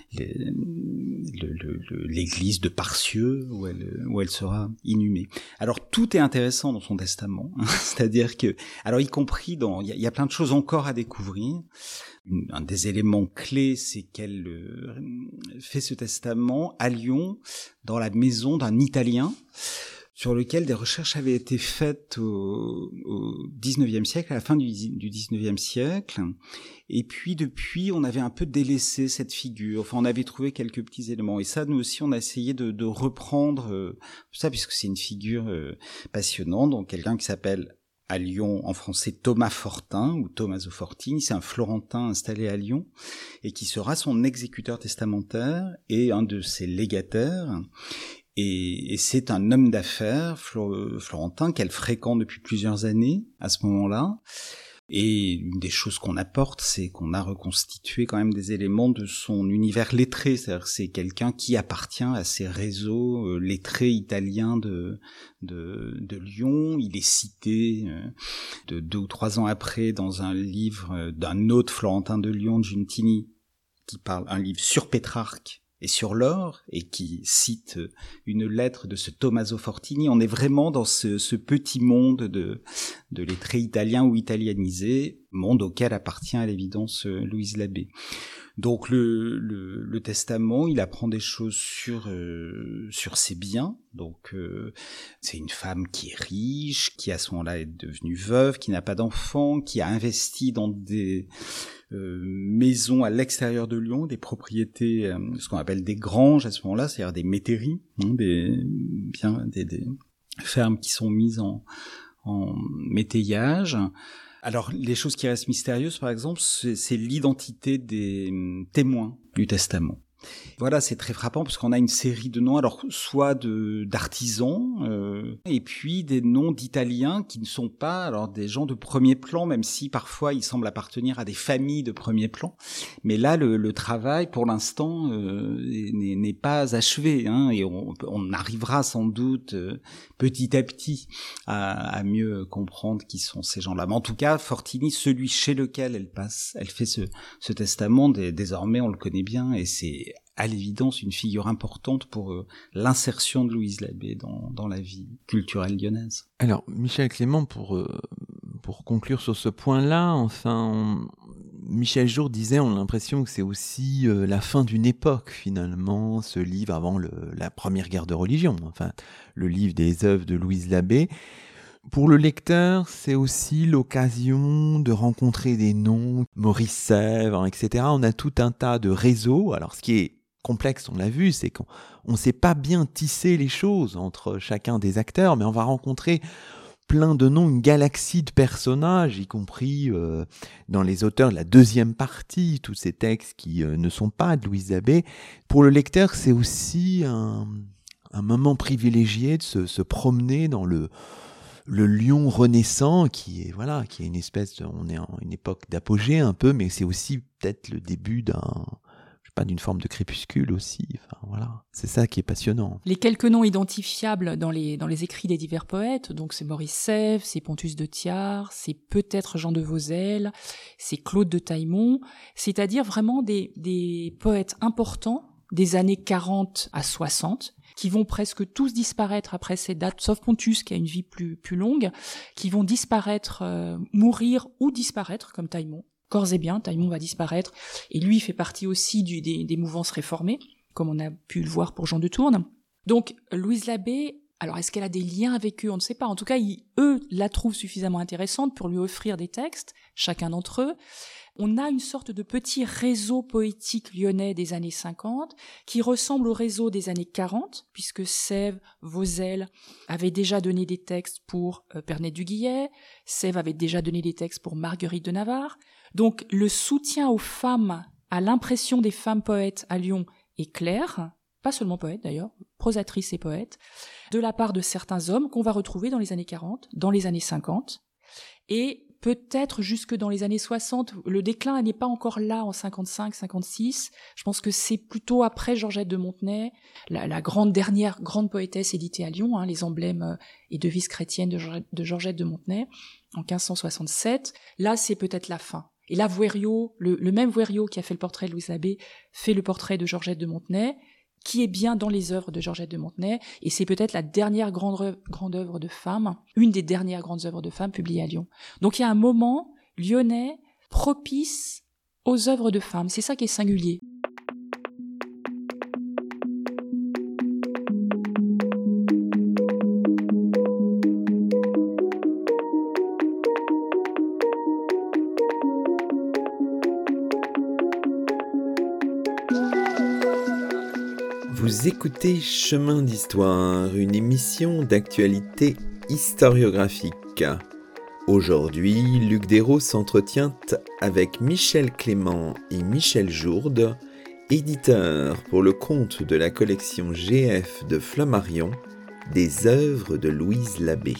l'église de Parcieux où elle sera inhumée. Alors tout est intéressant dans son testament, hein, c'est-à-dire que, alors y compris il y a plein de choses encore à découvrir. Un des éléments clés, c'est qu'elle fait ce testament à Lyon, dans la maison d'un Italien, sur lequel des recherches avaient été faites au XIXe siècle, à la fin du XIXe siècle. Et puis, depuis, on avait un peu délaissé cette figure. Enfin, on avait trouvé quelques petits éléments. Et ça, nous aussi, on a essayé de reprendre ça, puisque c'est une figure passionnante. Donc, quelqu'un qui s'appelle à Lyon, en français, Thomas Fortin, ou Tommaso Fortini. C'est un Florentin installé à Lyon, et qui sera son exécuteur testamentaire et un de ses légataires. Et c'est un homme d'affaires florentin qu'elle fréquente depuis plusieurs années à ce moment-là. Et une des choses qu'on apporte, c'est qu'on a reconstitué quand même des éléments de son univers lettré. C'est-à-dire que c'est quelqu'un qui appartient à ces réseaux lettrés italiens de Lyon. Il est cité 2 ou 3 ans après dans un livre d'un autre Florentin de Lyon, Giuntini, qui parle un livre sur Pétrarque et sur l'or, et qui cite une lettre de ce Tommaso Fortini. On est vraiment dans ce petit monde de lettrés italiens ou italianisés, monde auquel appartient à l'évidence Louise Labbé. Donc le testament, il apprend des choses sur ses biens. Donc c'est une femme qui est riche, qui à ce moment-là est devenue veuve, qui n'a pas d'enfants, qui a investi dans des maisons à l'extérieur de Lyon, des propriétés, ce qu'on appelle des granges à ce moment-là, c'est-à-dire des métairies, des fermes qui sont mises en métayage. Alors, les choses qui restent mystérieuses, par exemple, c'est l'identité des témoins du testament. Voilà, c'est très frappant parce qu'on a une série de noms, alors soit d'artisans, et puis des noms d'Italiens qui ne sont pas alors des gens de premier plan, même si parfois ils semblent appartenir à des familles de premier plan. Mais là, le travail, pour l'instant, n'est pas achevé, hein, et on arrivera sans doute petit à petit à mieux comprendre qui sont ces gens-là. Mais en tout cas, Fortini, celui chez lequel elle fait ce testament, désormais on le connaît bien, et c'est à l'évidence une figure importante pour l'insertion de Louise Labbé dans la vie culturelle lyonnaise. Alors, Michel Clément, pour conclure sur ce point-là, enfin, Michel Jourde disait, on a l'impression que c'est aussi la fin d'une époque, finalement, ce livre avant la première guerre de religion, enfin, le livre des œuvres de Louise Labbé. Pour le lecteur, c'est aussi l'occasion de rencontrer des noms, Maurice Sèvres, etc. On a tout un tas de réseaux. Alors, ce qui est complexe, on l'a vu, c'est qu'on ne sait pas bien tisser les choses entre chacun des acteurs, mais on va rencontrer plein de noms, une galaxie de personnages, y compris dans les auteurs de la deuxième partie, tous ces textes qui ne sont pas de Louise Labbé. Pour le lecteur, c'est aussi un privilégié de se promener dans le Lyon renaissant, qui est une espèce on est en une époque d'apogée un peu, mais c'est aussi peut-être le début d'une forme de crépuscule aussi. Enfin, voilà. C'est ça qui est passionnant. Les quelques noms identifiables dans les écrits des divers poètes, donc c'est Maurice Sèvres, c'est Pontus de Thiard, c'est peut-être Jean de Vozelle, c'est Claude de Taillemont, c'est-à-dire vraiment des poètes importants des années 40 à 60, qui vont presque tous disparaître après ces dates, sauf Pontus qui a une vie plus longue, qui vont disparaître, mourir ou disparaître, comme Taillemont. Corps et bien, Taillemont va disparaître, et lui fait partie aussi des mouvances réformées, comme on a pu le voir pour Jean de Tourne. Donc, Louise Labbé, alors est-ce qu'elle a des liens avec eux? On ne sait pas. En tout cas, eux la trouvent suffisamment intéressante pour lui offrir des textes, chacun d'entre eux. On a une sorte de petit réseau poétique lyonnais des années 50 qui ressemble au réseau des années 40, puisque Sèvres, Vozelle avaient déjà donné des textes pour Pernet du Guillet, Sèvres avait déjà donné des textes pour Marguerite de Navarre. Donc le soutien aux femmes, à l'impression des femmes poètes à Lyon est clair, pas seulement poètes d'ailleurs, prosatrices et poètes, de la part de certains hommes qu'on va retrouver dans les années 40, dans les années 50, et peut-être jusque dans les années 60. Le déclin n'est pas encore là en 55, 56. Je pense que c'est plutôt après Georgette de Montenay, la dernière grande poétesse éditée à Lyon, les emblèmes et devises chrétiennes de Georgette de Montenay, en 1567. Là, c'est peut-être la fin. Et là, Vouériot, le même Vouériot qui a fait le portrait de Louise Labbé, fait le portrait de Georgette de Montenay, qui est bien dans les œuvres de Georgette de Montenay, et c'est peut-être la dernière grande œuvre de femme, une des dernières grandes œuvres de femme publiées à Lyon. Donc il y a un moment lyonnais propice aux œuvres de femmes, c'est ça qui est singulier. Vous écoutez Chemin d'Histoire, une émission d'actualité historiographique. Aujourd'hui, Luc Dérault s'entretient avec Michel Clément et Michel Jourde, éditeurs pour le compte de la collection GF de Flammarion, des œuvres de Louise Labbé.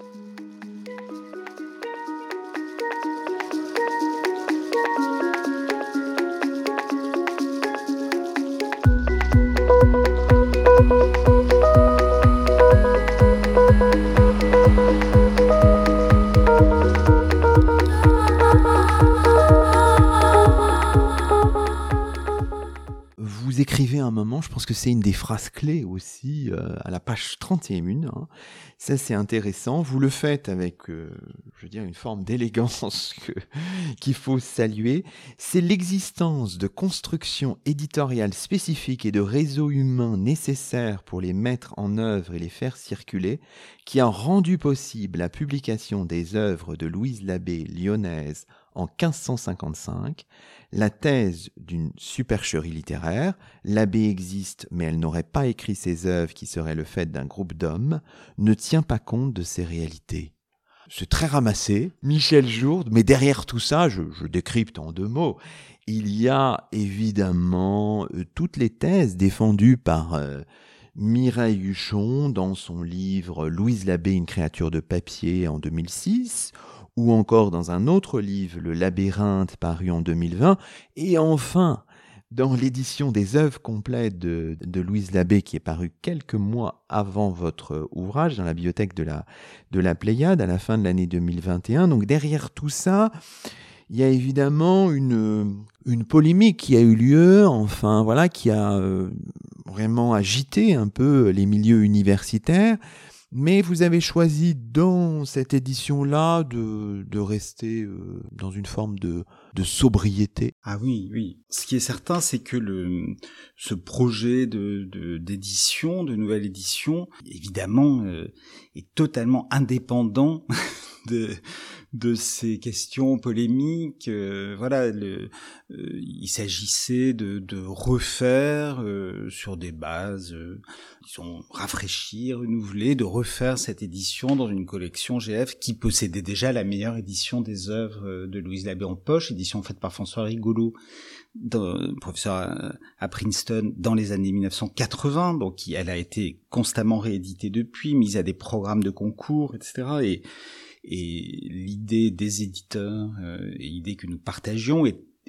Vous écrivez à un moment, je pense que c'est une des phrases clés aussi, à la page 31. Ça, c'est intéressant. Vous le faites avec, je veux dire, une forme d'élégance qu'il faut saluer. C'est l'existence de constructions éditoriales spécifiques et de réseaux humains nécessaires pour les mettre en œuvre et les faire circuler qui a rendu possible la publication des œuvres de Louise Labbé lyonnaise en 1555, la thèse d'une supercherie littéraire. Labbé existe, mais elle n'aurait pas écrit ses œuvres qui seraient le fait d'un groupe d'hommes, ne tient pas compte de ces réalités. C'est très ramassé, Michel Jourde, mais derrière tout ça, je décrypte en 2 mots, il y a évidemment toutes les thèses défendues par Mireille Huchon dans son livre « Louise Labbé, une créature de papier » en 2006, ou encore dans un autre livre, Le Labyrinthe, paru en 2020, et enfin, dans l'édition des œuvres complètes de Louise Labbé, qui est paru quelques mois avant votre ouvrage, dans la bibliothèque de la Pléiade, à la fin de l'année 2021. Donc derrière tout ça, il y a évidemment une polémique qui a eu lieu, enfin voilà, qui a vraiment agité un peu les milieux universitaires. Mais vous avez choisi dans cette édition-là de rester dans une forme de sobriété. Ah oui. Ce qui est certain, c'est que ce projet d'édition, de nouvelle édition, évidemment, est totalement indépendant de ces questions polémiques. Il s'agissait de refaire sur des bases, disons, rafraîchies, renouvelées, de refaire cette édition dans une collection GF qui possédait déjà la meilleure édition des œuvres de Louise Labbé en poche, édition faite par François Rigolo, professeur à Princeton, dans les années 1980. Donc elle a été constamment rééditée depuis, mise à des programmes de concours, etc. Et l'idée des éditeurs, et l'idée que nous partagions,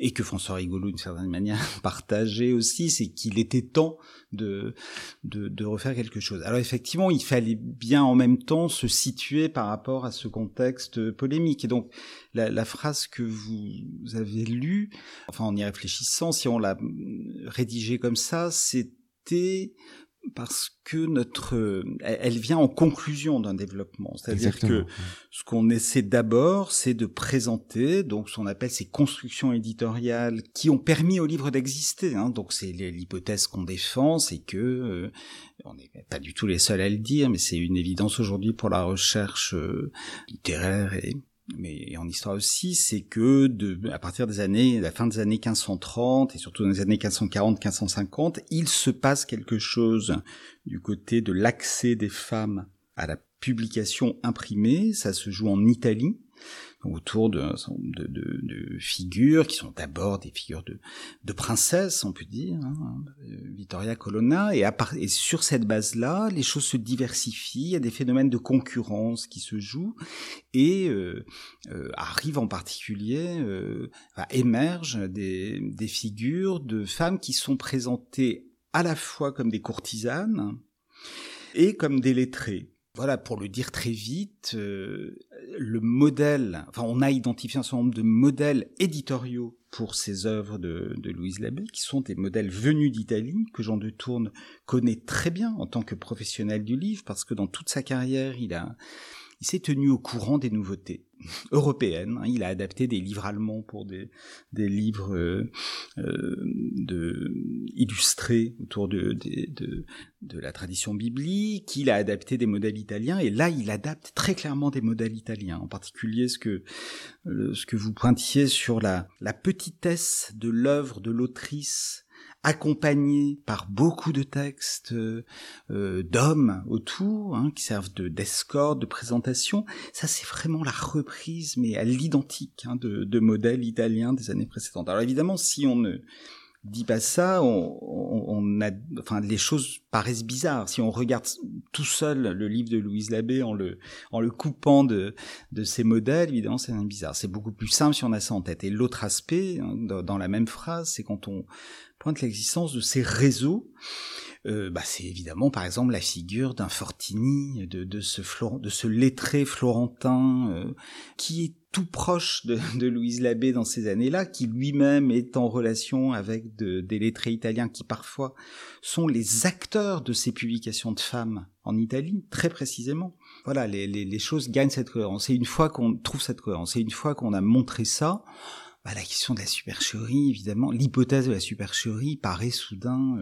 et que François Rigolo, d'une certaine manière, partageait aussi, c'est qu'il était temps de refaire quelque chose. Alors effectivement, il fallait bien en même temps se situer par rapport à ce contexte polémique. Et donc, la phrase que vous avez lue, enfin en y réfléchissant, si on l'a rédigée comme ça, c'était parce que elle vient en conclusion d'un développement. C'est-à-dire Exactement. que ce qu'on essaie d'abord, c'est de présenter donc ce qu'on appelle ces constructions éditoriales qui ont permis au livre d'exister. Donc c'est l'hypothèse qu'on défend, c'est que on n'est pas du tout les seuls à le dire, mais c'est une évidence aujourd'hui pour la recherche littéraire mais en histoire aussi, c'est que à partir la fin des années 1530 et surtout dans les années 1540-1550, il se passe quelque chose du côté de l'accès des femmes à la publication imprimée. Ça se joue en Italie, autour de figures qui sont d'abord des figures de princesses, on peut dire, Vittoria Colonna, et sur cette base-là, les choses se diversifient, il y a des phénomènes de concurrence qui se jouent, et arrivent en particulier, émergent des figures de femmes qui sont présentées à la fois comme des courtisanes et comme des lettrées. Voilà, pour le dire très vite, le modèle, on a identifié un certain nombre de modèles éditoriaux pour ces œuvres de Louise Labbé, qui sont des modèles venus d'Italie, que Jean de Tourne connaît très bien en tant que professionnel du livre, parce que dans toute sa carrière, il s'est tenu au courant des nouveautés européennes. Il a adapté des livres allemands pour des livres illustrés autour de la tradition biblique. Il a adapté des modèles italiens, et là, il adapte très clairement des modèles italiens. En particulier, ce que vous pointiez sur la petitesse de l'œuvre de l'autrice, accompagné par beaucoup de textes d'hommes autour, qui servent d'escorte, de présentation. Ça, c'est vraiment la reprise, mais à l'identique, de modèles italiens des années précédentes. Alors évidemment, si on ne dit pas ça, les choses paraissent bizarres. Si on regarde tout seul le livre de Louise Labbé en le coupant de ces modèles, évidemment, c'est bizarre. C'est beaucoup plus simple si on a ça en tête. Et l'autre aspect, dans la même phrase, c'est quand on pointe l'existence de ces réseaux, c'est évidemment, par exemple, la figure d'un Fortini, de ce lettré florentin, qui est tout proche de Louise Labbé dans ces années-là, qui lui-même est en relation avec des lettrés italiens qui parfois sont les acteurs de ces publications de femmes en Italie, très précisément. Voilà, les choses gagnent cette cohérence. Et une fois qu'on trouve cette cohérence, et une fois qu'on a montré ça, la question de la supercherie, évidemment, l'hypothèse de la supercherie paraît soudain,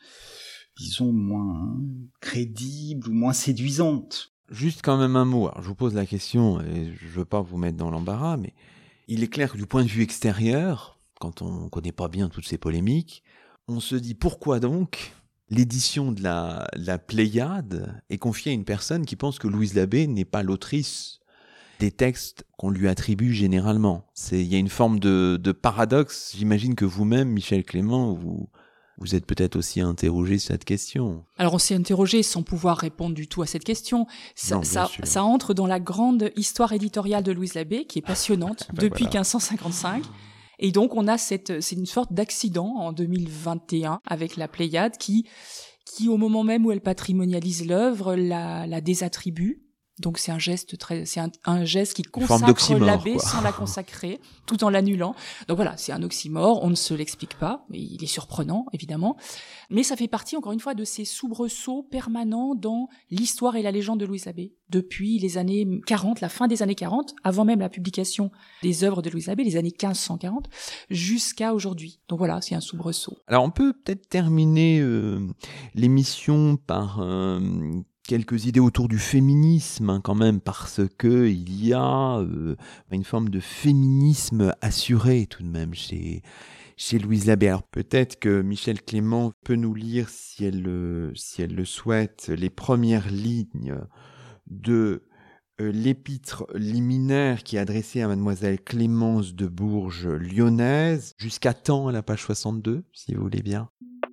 disons, moins crédible ou moins séduisante. Juste quand même un mot. Alors, je vous pose la question, et je veux pas vous mettre dans l'embarras, mais il est clair que du point de vue extérieur, quand on connaît pas bien toutes ces polémiques, on se dit pourquoi donc l'édition de la Pléiade est confiée à une personne qui pense que Louise Labbé n'est pas l'autrice des textes qu'on lui attribue généralement. Il y a une forme de paradoxe. J'imagine que vous-même, Michel Clément, vous êtes peut-être aussi interrogé sur cette question. Alors on s'est interrogé sans pouvoir répondre du tout à cette question. Ça entre dans la grande histoire éditoriale de Louise Labbé, qui est passionnante depuis 1555. Et donc c'est une sorte d'accident en 2021 avec la Pléiade qui au moment même où elle patrimonialise l'œuvre, la désattribue. Donc c'est un geste un geste qui consacre Labbé sans la consacrer, tout en l'annulant. Donc voilà, c'est un oxymore, on ne se l'explique pas, mais il est surprenant évidemment. Mais ça fait partie encore une fois de ces soubresauts permanents dans l'histoire et la légende de Louise Labbé depuis les années 40, la fin des années 40, avant même la publication des œuvres de Louise Labbé, les années 1540, jusqu'à aujourd'hui. Donc voilà, c'est un soubresaut. Alors on peut peut-être terminer l'émission par quelques idées autour du féminisme, quand même, parce que il y a une forme de féminisme assuré tout de même chez Louise Labbé. Alors peut-être que Michel Clément peut nous lire, si elle le souhaite, les premières lignes de l'épître liminaire qui est adressée à mademoiselle Clémence de Bourges lyonnaise, jusqu'à temps à la page 62, si vous voulez bien.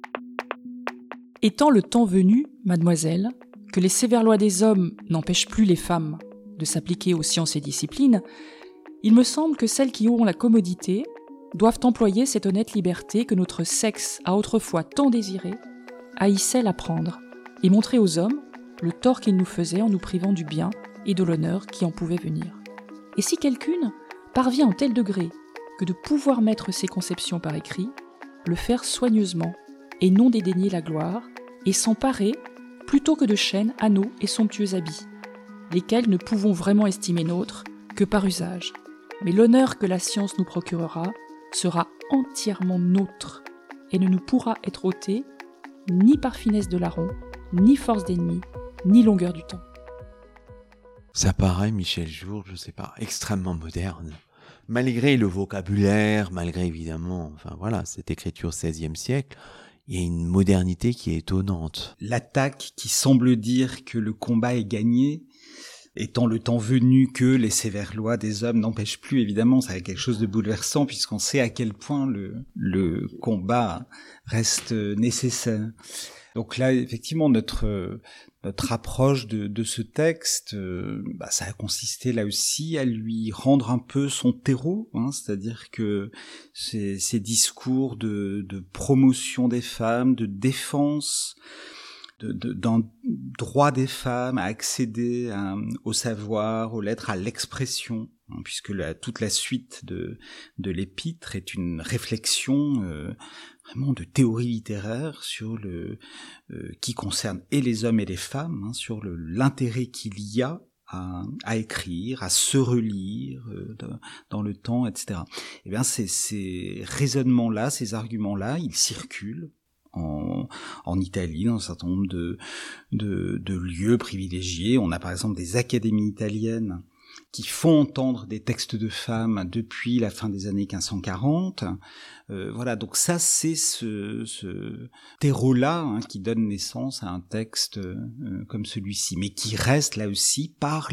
Étant le temps venu, mademoiselle, que les sévères lois des hommes n'empêchent plus les femmes de s'appliquer aux sciences et disciplines, il me semble que celles qui auront la commodité, doivent employer cette honnête liberté que notre sexe a autrefois tant désirée, haïssait la prendre, et montrer aux hommes le tort qu'ils nous faisaient en nous privant du bien et de l'honneur qui en pouvait venir. Et si quelqu'une parvient en tel degré que de pouvoir mettre ses conceptions par écrit, le faire soigneusement, et non dédaigner la gloire, et s'emparer, plutôt que de chaînes, anneaux et somptueux habits, lesquels ne pouvons vraiment estimer nôtres que par usage. Mais l'honneur que la science nous procurera sera entièrement nôtre, et ne nous pourra être ôté ni par finesse de larron, ni force d'ennemi, ni longueur du temps. Ça paraît, Michel Jourde, je sais pas, extrêmement moderne. Malgré le vocabulaire, malgré évidemment, enfin voilà, cette écriture XVIe siècle, il y a une modernité qui est étonnante. L'attaque qui semble dire que le combat est gagné, étant le temps venu que les sévères lois des hommes n'empêchent plus, évidemment, ça a quelque chose de bouleversant puisqu'on sait à quel point le combat reste nécessaire. Donc là, effectivement, notre approche de ce texte, ça a consisté là aussi à lui rendre un peu son terreau, c'est-à-dire que ces discours de promotion des femmes, de défense, d'un droit des femmes à accéder au savoir, aux lettres, à l'expression, puisque toute la suite de l'épître est une réflexion vraiment de théorie littéraire sur qui concerne et les hommes et les femmes, sur l'intérêt qu'il y a à écrire, à se relire dans le temps, etc. Eh bien, ces raisonnements-là, ces arguments-là, ils circulent en Italie, dans un certain nombre de lieux privilégiés. On a par exemple des académies italiennes qui font entendre des textes de femmes depuis la fin des années 1540. Voilà, donc ça, c'est ce terreau-là qui donne naissance à un texte comme celui-ci, mais qui reste là aussi par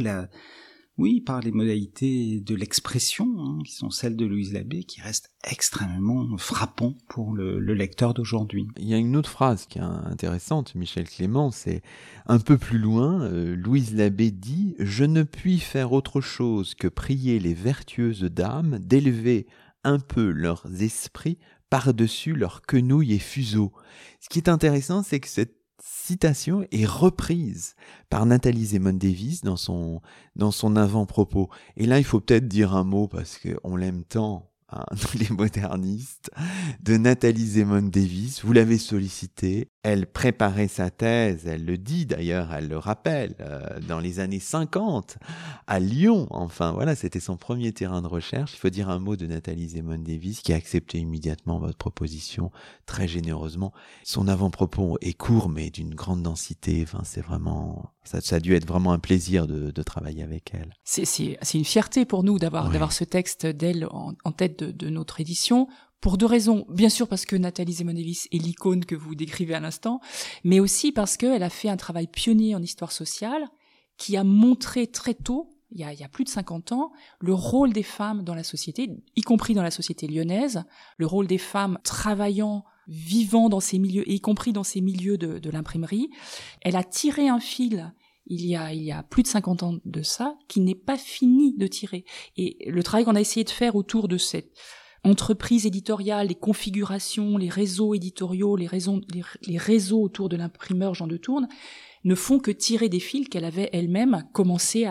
les modalités de l'expression, qui sont celles de Louise Labbé, qui restent extrêmement frappants pour le lecteur d'aujourd'hui. Il y a une autre phrase qui est intéressante, Michel Clément, c'est un peu plus loin, Louise Labbé dit « Je ne puis faire autre chose que prier les vertueuses dames d'élever un peu leurs esprits par-dessus leurs quenouilles et fuseaux. » Ce qui est intéressant, c'est que cette citation est reprise par Nathalie Zemon-Davis dans son avant-propos. Et là, il faut peut-être dire un mot, parce qu'on l'aime tant, les modernistes, de Nathalie Zemon-Davis. Vous l'avez sollicitée. Elle préparait sa thèse, elle le dit d'ailleurs, elle le rappelle, dans les années 50, à Lyon. Enfin, voilà, c'était son premier terrain de recherche. Il faut dire un mot de Nathalie Zemon-Davis, qui a accepté immédiatement votre proposition, très généreusement. Son avant-propos est court, mais d'une grande densité. Enfin, c'est vraiment... Ça a dû être vraiment un plaisir de travailler avec elle. C'est une fierté pour nous d'avoir ce texte d'elle en tête de notre édition. Pour deux raisons. Bien sûr parce que Nathalie Zemon-Davis est l'icône que vous décrivez à l'instant, mais aussi parce qu'elle a fait un travail pionnier en histoire sociale qui a montré très tôt, il y a plus de 50 ans, le rôle des femmes dans la société, y compris dans la société lyonnaise, le rôle des femmes travaillant, vivant dans ces milieux, y compris dans ces milieux de l'imprimerie. Elle a tiré un fil il y a plus de 50 ans de ça, qui n'est pas fini de tirer. Et le travail qu'on a essayé de faire autour de cette entreprise éditoriale, les configurations, les réseaux éditoriaux, les réseaux autour de l'imprimeur Jean de Tourne, ne font que tirer des fils qu'elle avait elle-même commencé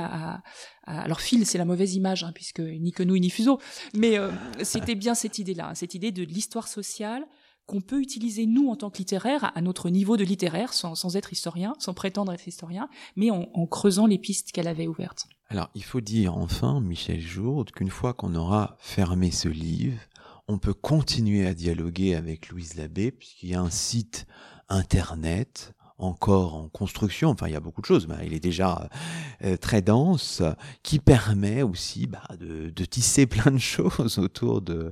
alors fil, c'est la mauvaise image, puisque ni quenouille ni fuseau, mais c'était bien cette idée-là, cette idée de l'histoire sociale qu'on peut utiliser, nous, en tant que littéraires, à notre niveau de littéraire, sans être historien, sans prétendre être historien, mais en creusant les pistes qu'elle avait ouvertes. Alors, il faut dire enfin, Michel Jourde, qu'une fois qu'on aura fermé ce livre, on peut continuer à dialoguer avec Louise Labbé, puisqu'il y a un site internet encore en construction, enfin il y a beaucoup de choses, mais il est déjà très dense, qui permet aussi de tisser plein de choses autour de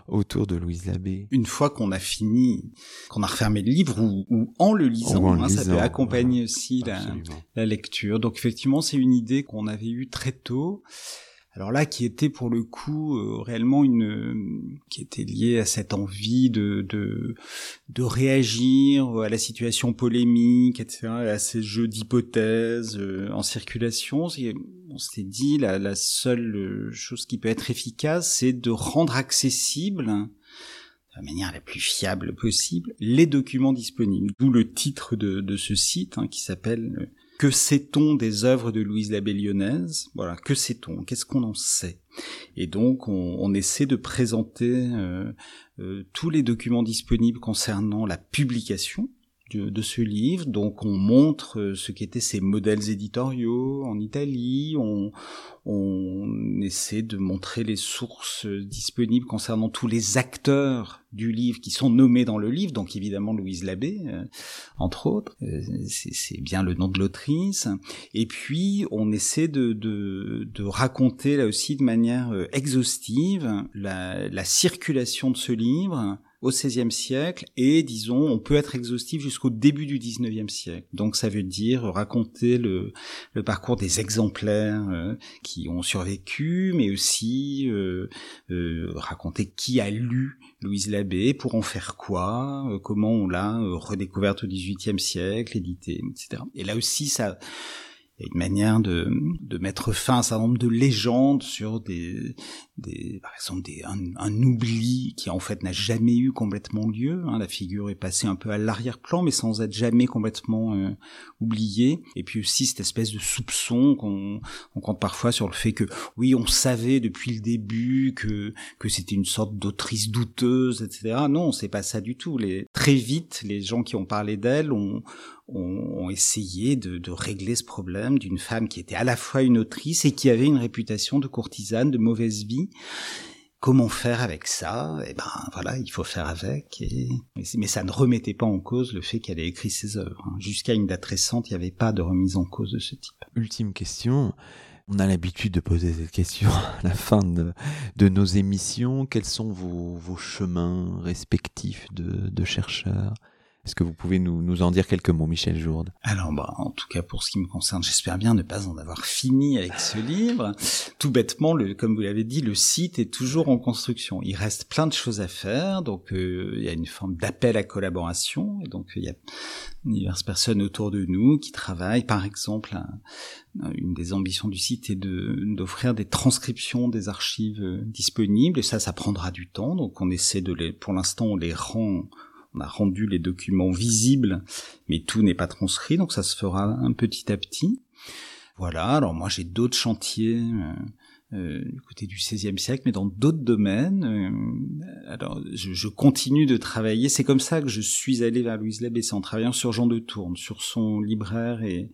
Louise Labbé. Une fois qu'on a fini, qu'on a refermé le livre, ou en le lisant, ça peut accompagner aussi la lecture. Donc effectivement, c'est une idée qu'on avait eue très tôt. Alors là, qui était pour le coup réellement qui était liée à cette envie de réagir à la situation polémique, etc., à ces jeux d'hypothèses en circulation. on s'est dit la seule chose qui peut être efficace, c'est de rendre accessible, de la manière la plus fiable possible, les documents disponibles. D'où le titre de ce site qui s'appelle « Que sait-on des œuvres de Louise Labbé lyonnaise ?» Voilà, que sait-on ? Qu'est-ce qu'on en sait ? Et donc, on essaie de présenter tous les documents disponibles concernant la publication de ce livre. Donc on montre ce qu'étaient ces modèles éditoriaux en Italie, on essaie de montrer les sources disponibles concernant tous les acteurs du livre qui sont nommés dans le livre, donc évidemment Louise Labbé, entre autres, c'est bien le nom de l'autrice, et puis on essaie de raconter là aussi de manière exhaustive la circulation de ce livre au XVIe siècle, et disons, on peut être exhaustif jusqu'au début du XIXe siècle. Donc ça veut dire raconter le parcours des exemplaires qui ont survécu, mais aussi raconter qui a lu Louise Labbé, pour en faire quoi, comment on l'a redécouverte au XVIIIe siècle, éditée, etc. Et là aussi, ça... Il y a une manière de mettre fin à un certain nombre de légendes sur par exemple un oubli qui en fait n'a jamais eu complètement lieu. La figure est passée un peu à l'arrière-plan, mais sans être jamais complètement oubliée. Et puis aussi cette espèce de soupçon qu'on compte parfois sur le fait que oui, on savait depuis le début que c'était une sorte d'autrice douteuse, etc. Non, c'est pas ça du tout. Très vite, les gens qui ont parlé d'elle ont essayé de régler ce problème d'une femme qui était à la fois une autrice et qui avait une réputation de courtisane, de mauvaise vie. Comment faire avec ça ? Eh ben voilà, il faut faire avec. Mais ça ne remettait pas en cause le fait qu'elle ait écrit ses œuvres. Jusqu'à une date récente, il n'y avait pas de remise en cause de ce type. Ultime question. On a l'habitude de poser cette question à la fin de nos émissions. Quels sont vos chemins respectifs de chercheurs ? Est-ce que vous pouvez nous en dire quelques mots, Michel Jourde ? Alors, en tout cas, pour ce qui me concerne, j'espère bien ne pas en avoir fini avec ce livre. Tout bêtement, comme vous l'avez dit, le site est toujours en construction. Il reste plein de choses à faire, donc il y a une forme d'appel à collaboration, et donc il y a diverses personnes autour de nous qui travaillent. Par exemple, une des ambitions du site est d'offrir des transcriptions des archives disponibles, et ça prendra du temps, donc on essaie pour l'instant, on a rendu les documents visibles, mais tout n'est pas transcrit, donc ça se fera un petit à petit. Voilà, alors moi j'ai d'autres chantiers du côté du XVIe siècle, mais dans d'autres domaines. Alors je continue de travailler, c'est comme ça que je suis allé vers Louise Labbé, c'est en travaillant sur Jean de Tourne, sur son libraire et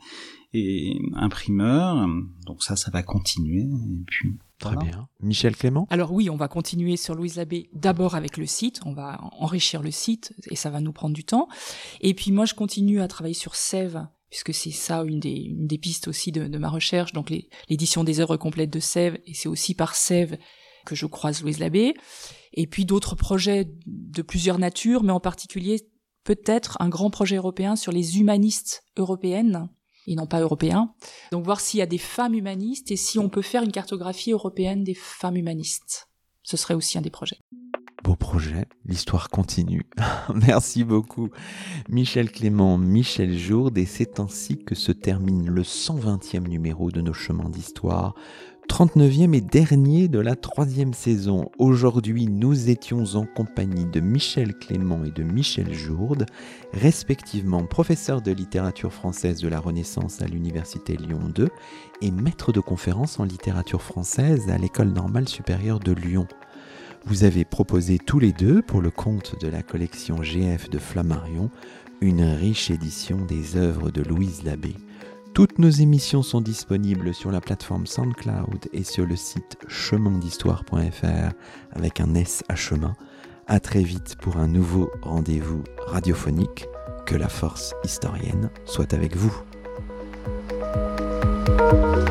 imprimeur, donc ça va continuer, et puis... Très bien. Michel Clément ? Alors oui, on va continuer sur Louise Labbé, d'abord avec le site, on va enrichir le site, et ça va nous prendre du temps. Et puis moi, je continue à travailler sur Sève, puisque c'est ça une des pistes aussi de ma recherche, donc l'édition des œuvres complètes de Sève, et c'est aussi par Sève que je croise Louise Labbé. Et puis d'autres projets de plusieurs natures, mais en particulier peut-être un grand projet européen sur les humanistes européennes, et non pas européens. Donc voir s'il y a des femmes humanistes et si on peut faire une cartographie européenne des femmes humanistes. Ce serait aussi un des projets. Beau projet, l'histoire continue. Merci beaucoup Michel Clément, Michel Jourde, et c'est ainsi que se termine le 120e numéro de nos chemins d'histoire, 39e et dernier de la 3e saison. Aujourd'hui, nous étions en compagnie de Michel Clément et de Michel Jourde, respectivement professeurs de littérature française de la Renaissance à l'Université Lyon 2 et maîtres de conférences en littérature française à l'École normale supérieure de Lyon. Vous avez proposé tous les deux, pour le compte de la collection GF de Flammarion, une riche édition des œuvres de Louise Labbé. Toutes nos émissions sont disponibles sur la plateforme SoundCloud et sur le site chemindhistoire.fr avec un S à chemin. À très vite pour un nouveau rendez-vous radiophonique. Que la force historienne soit avec vous.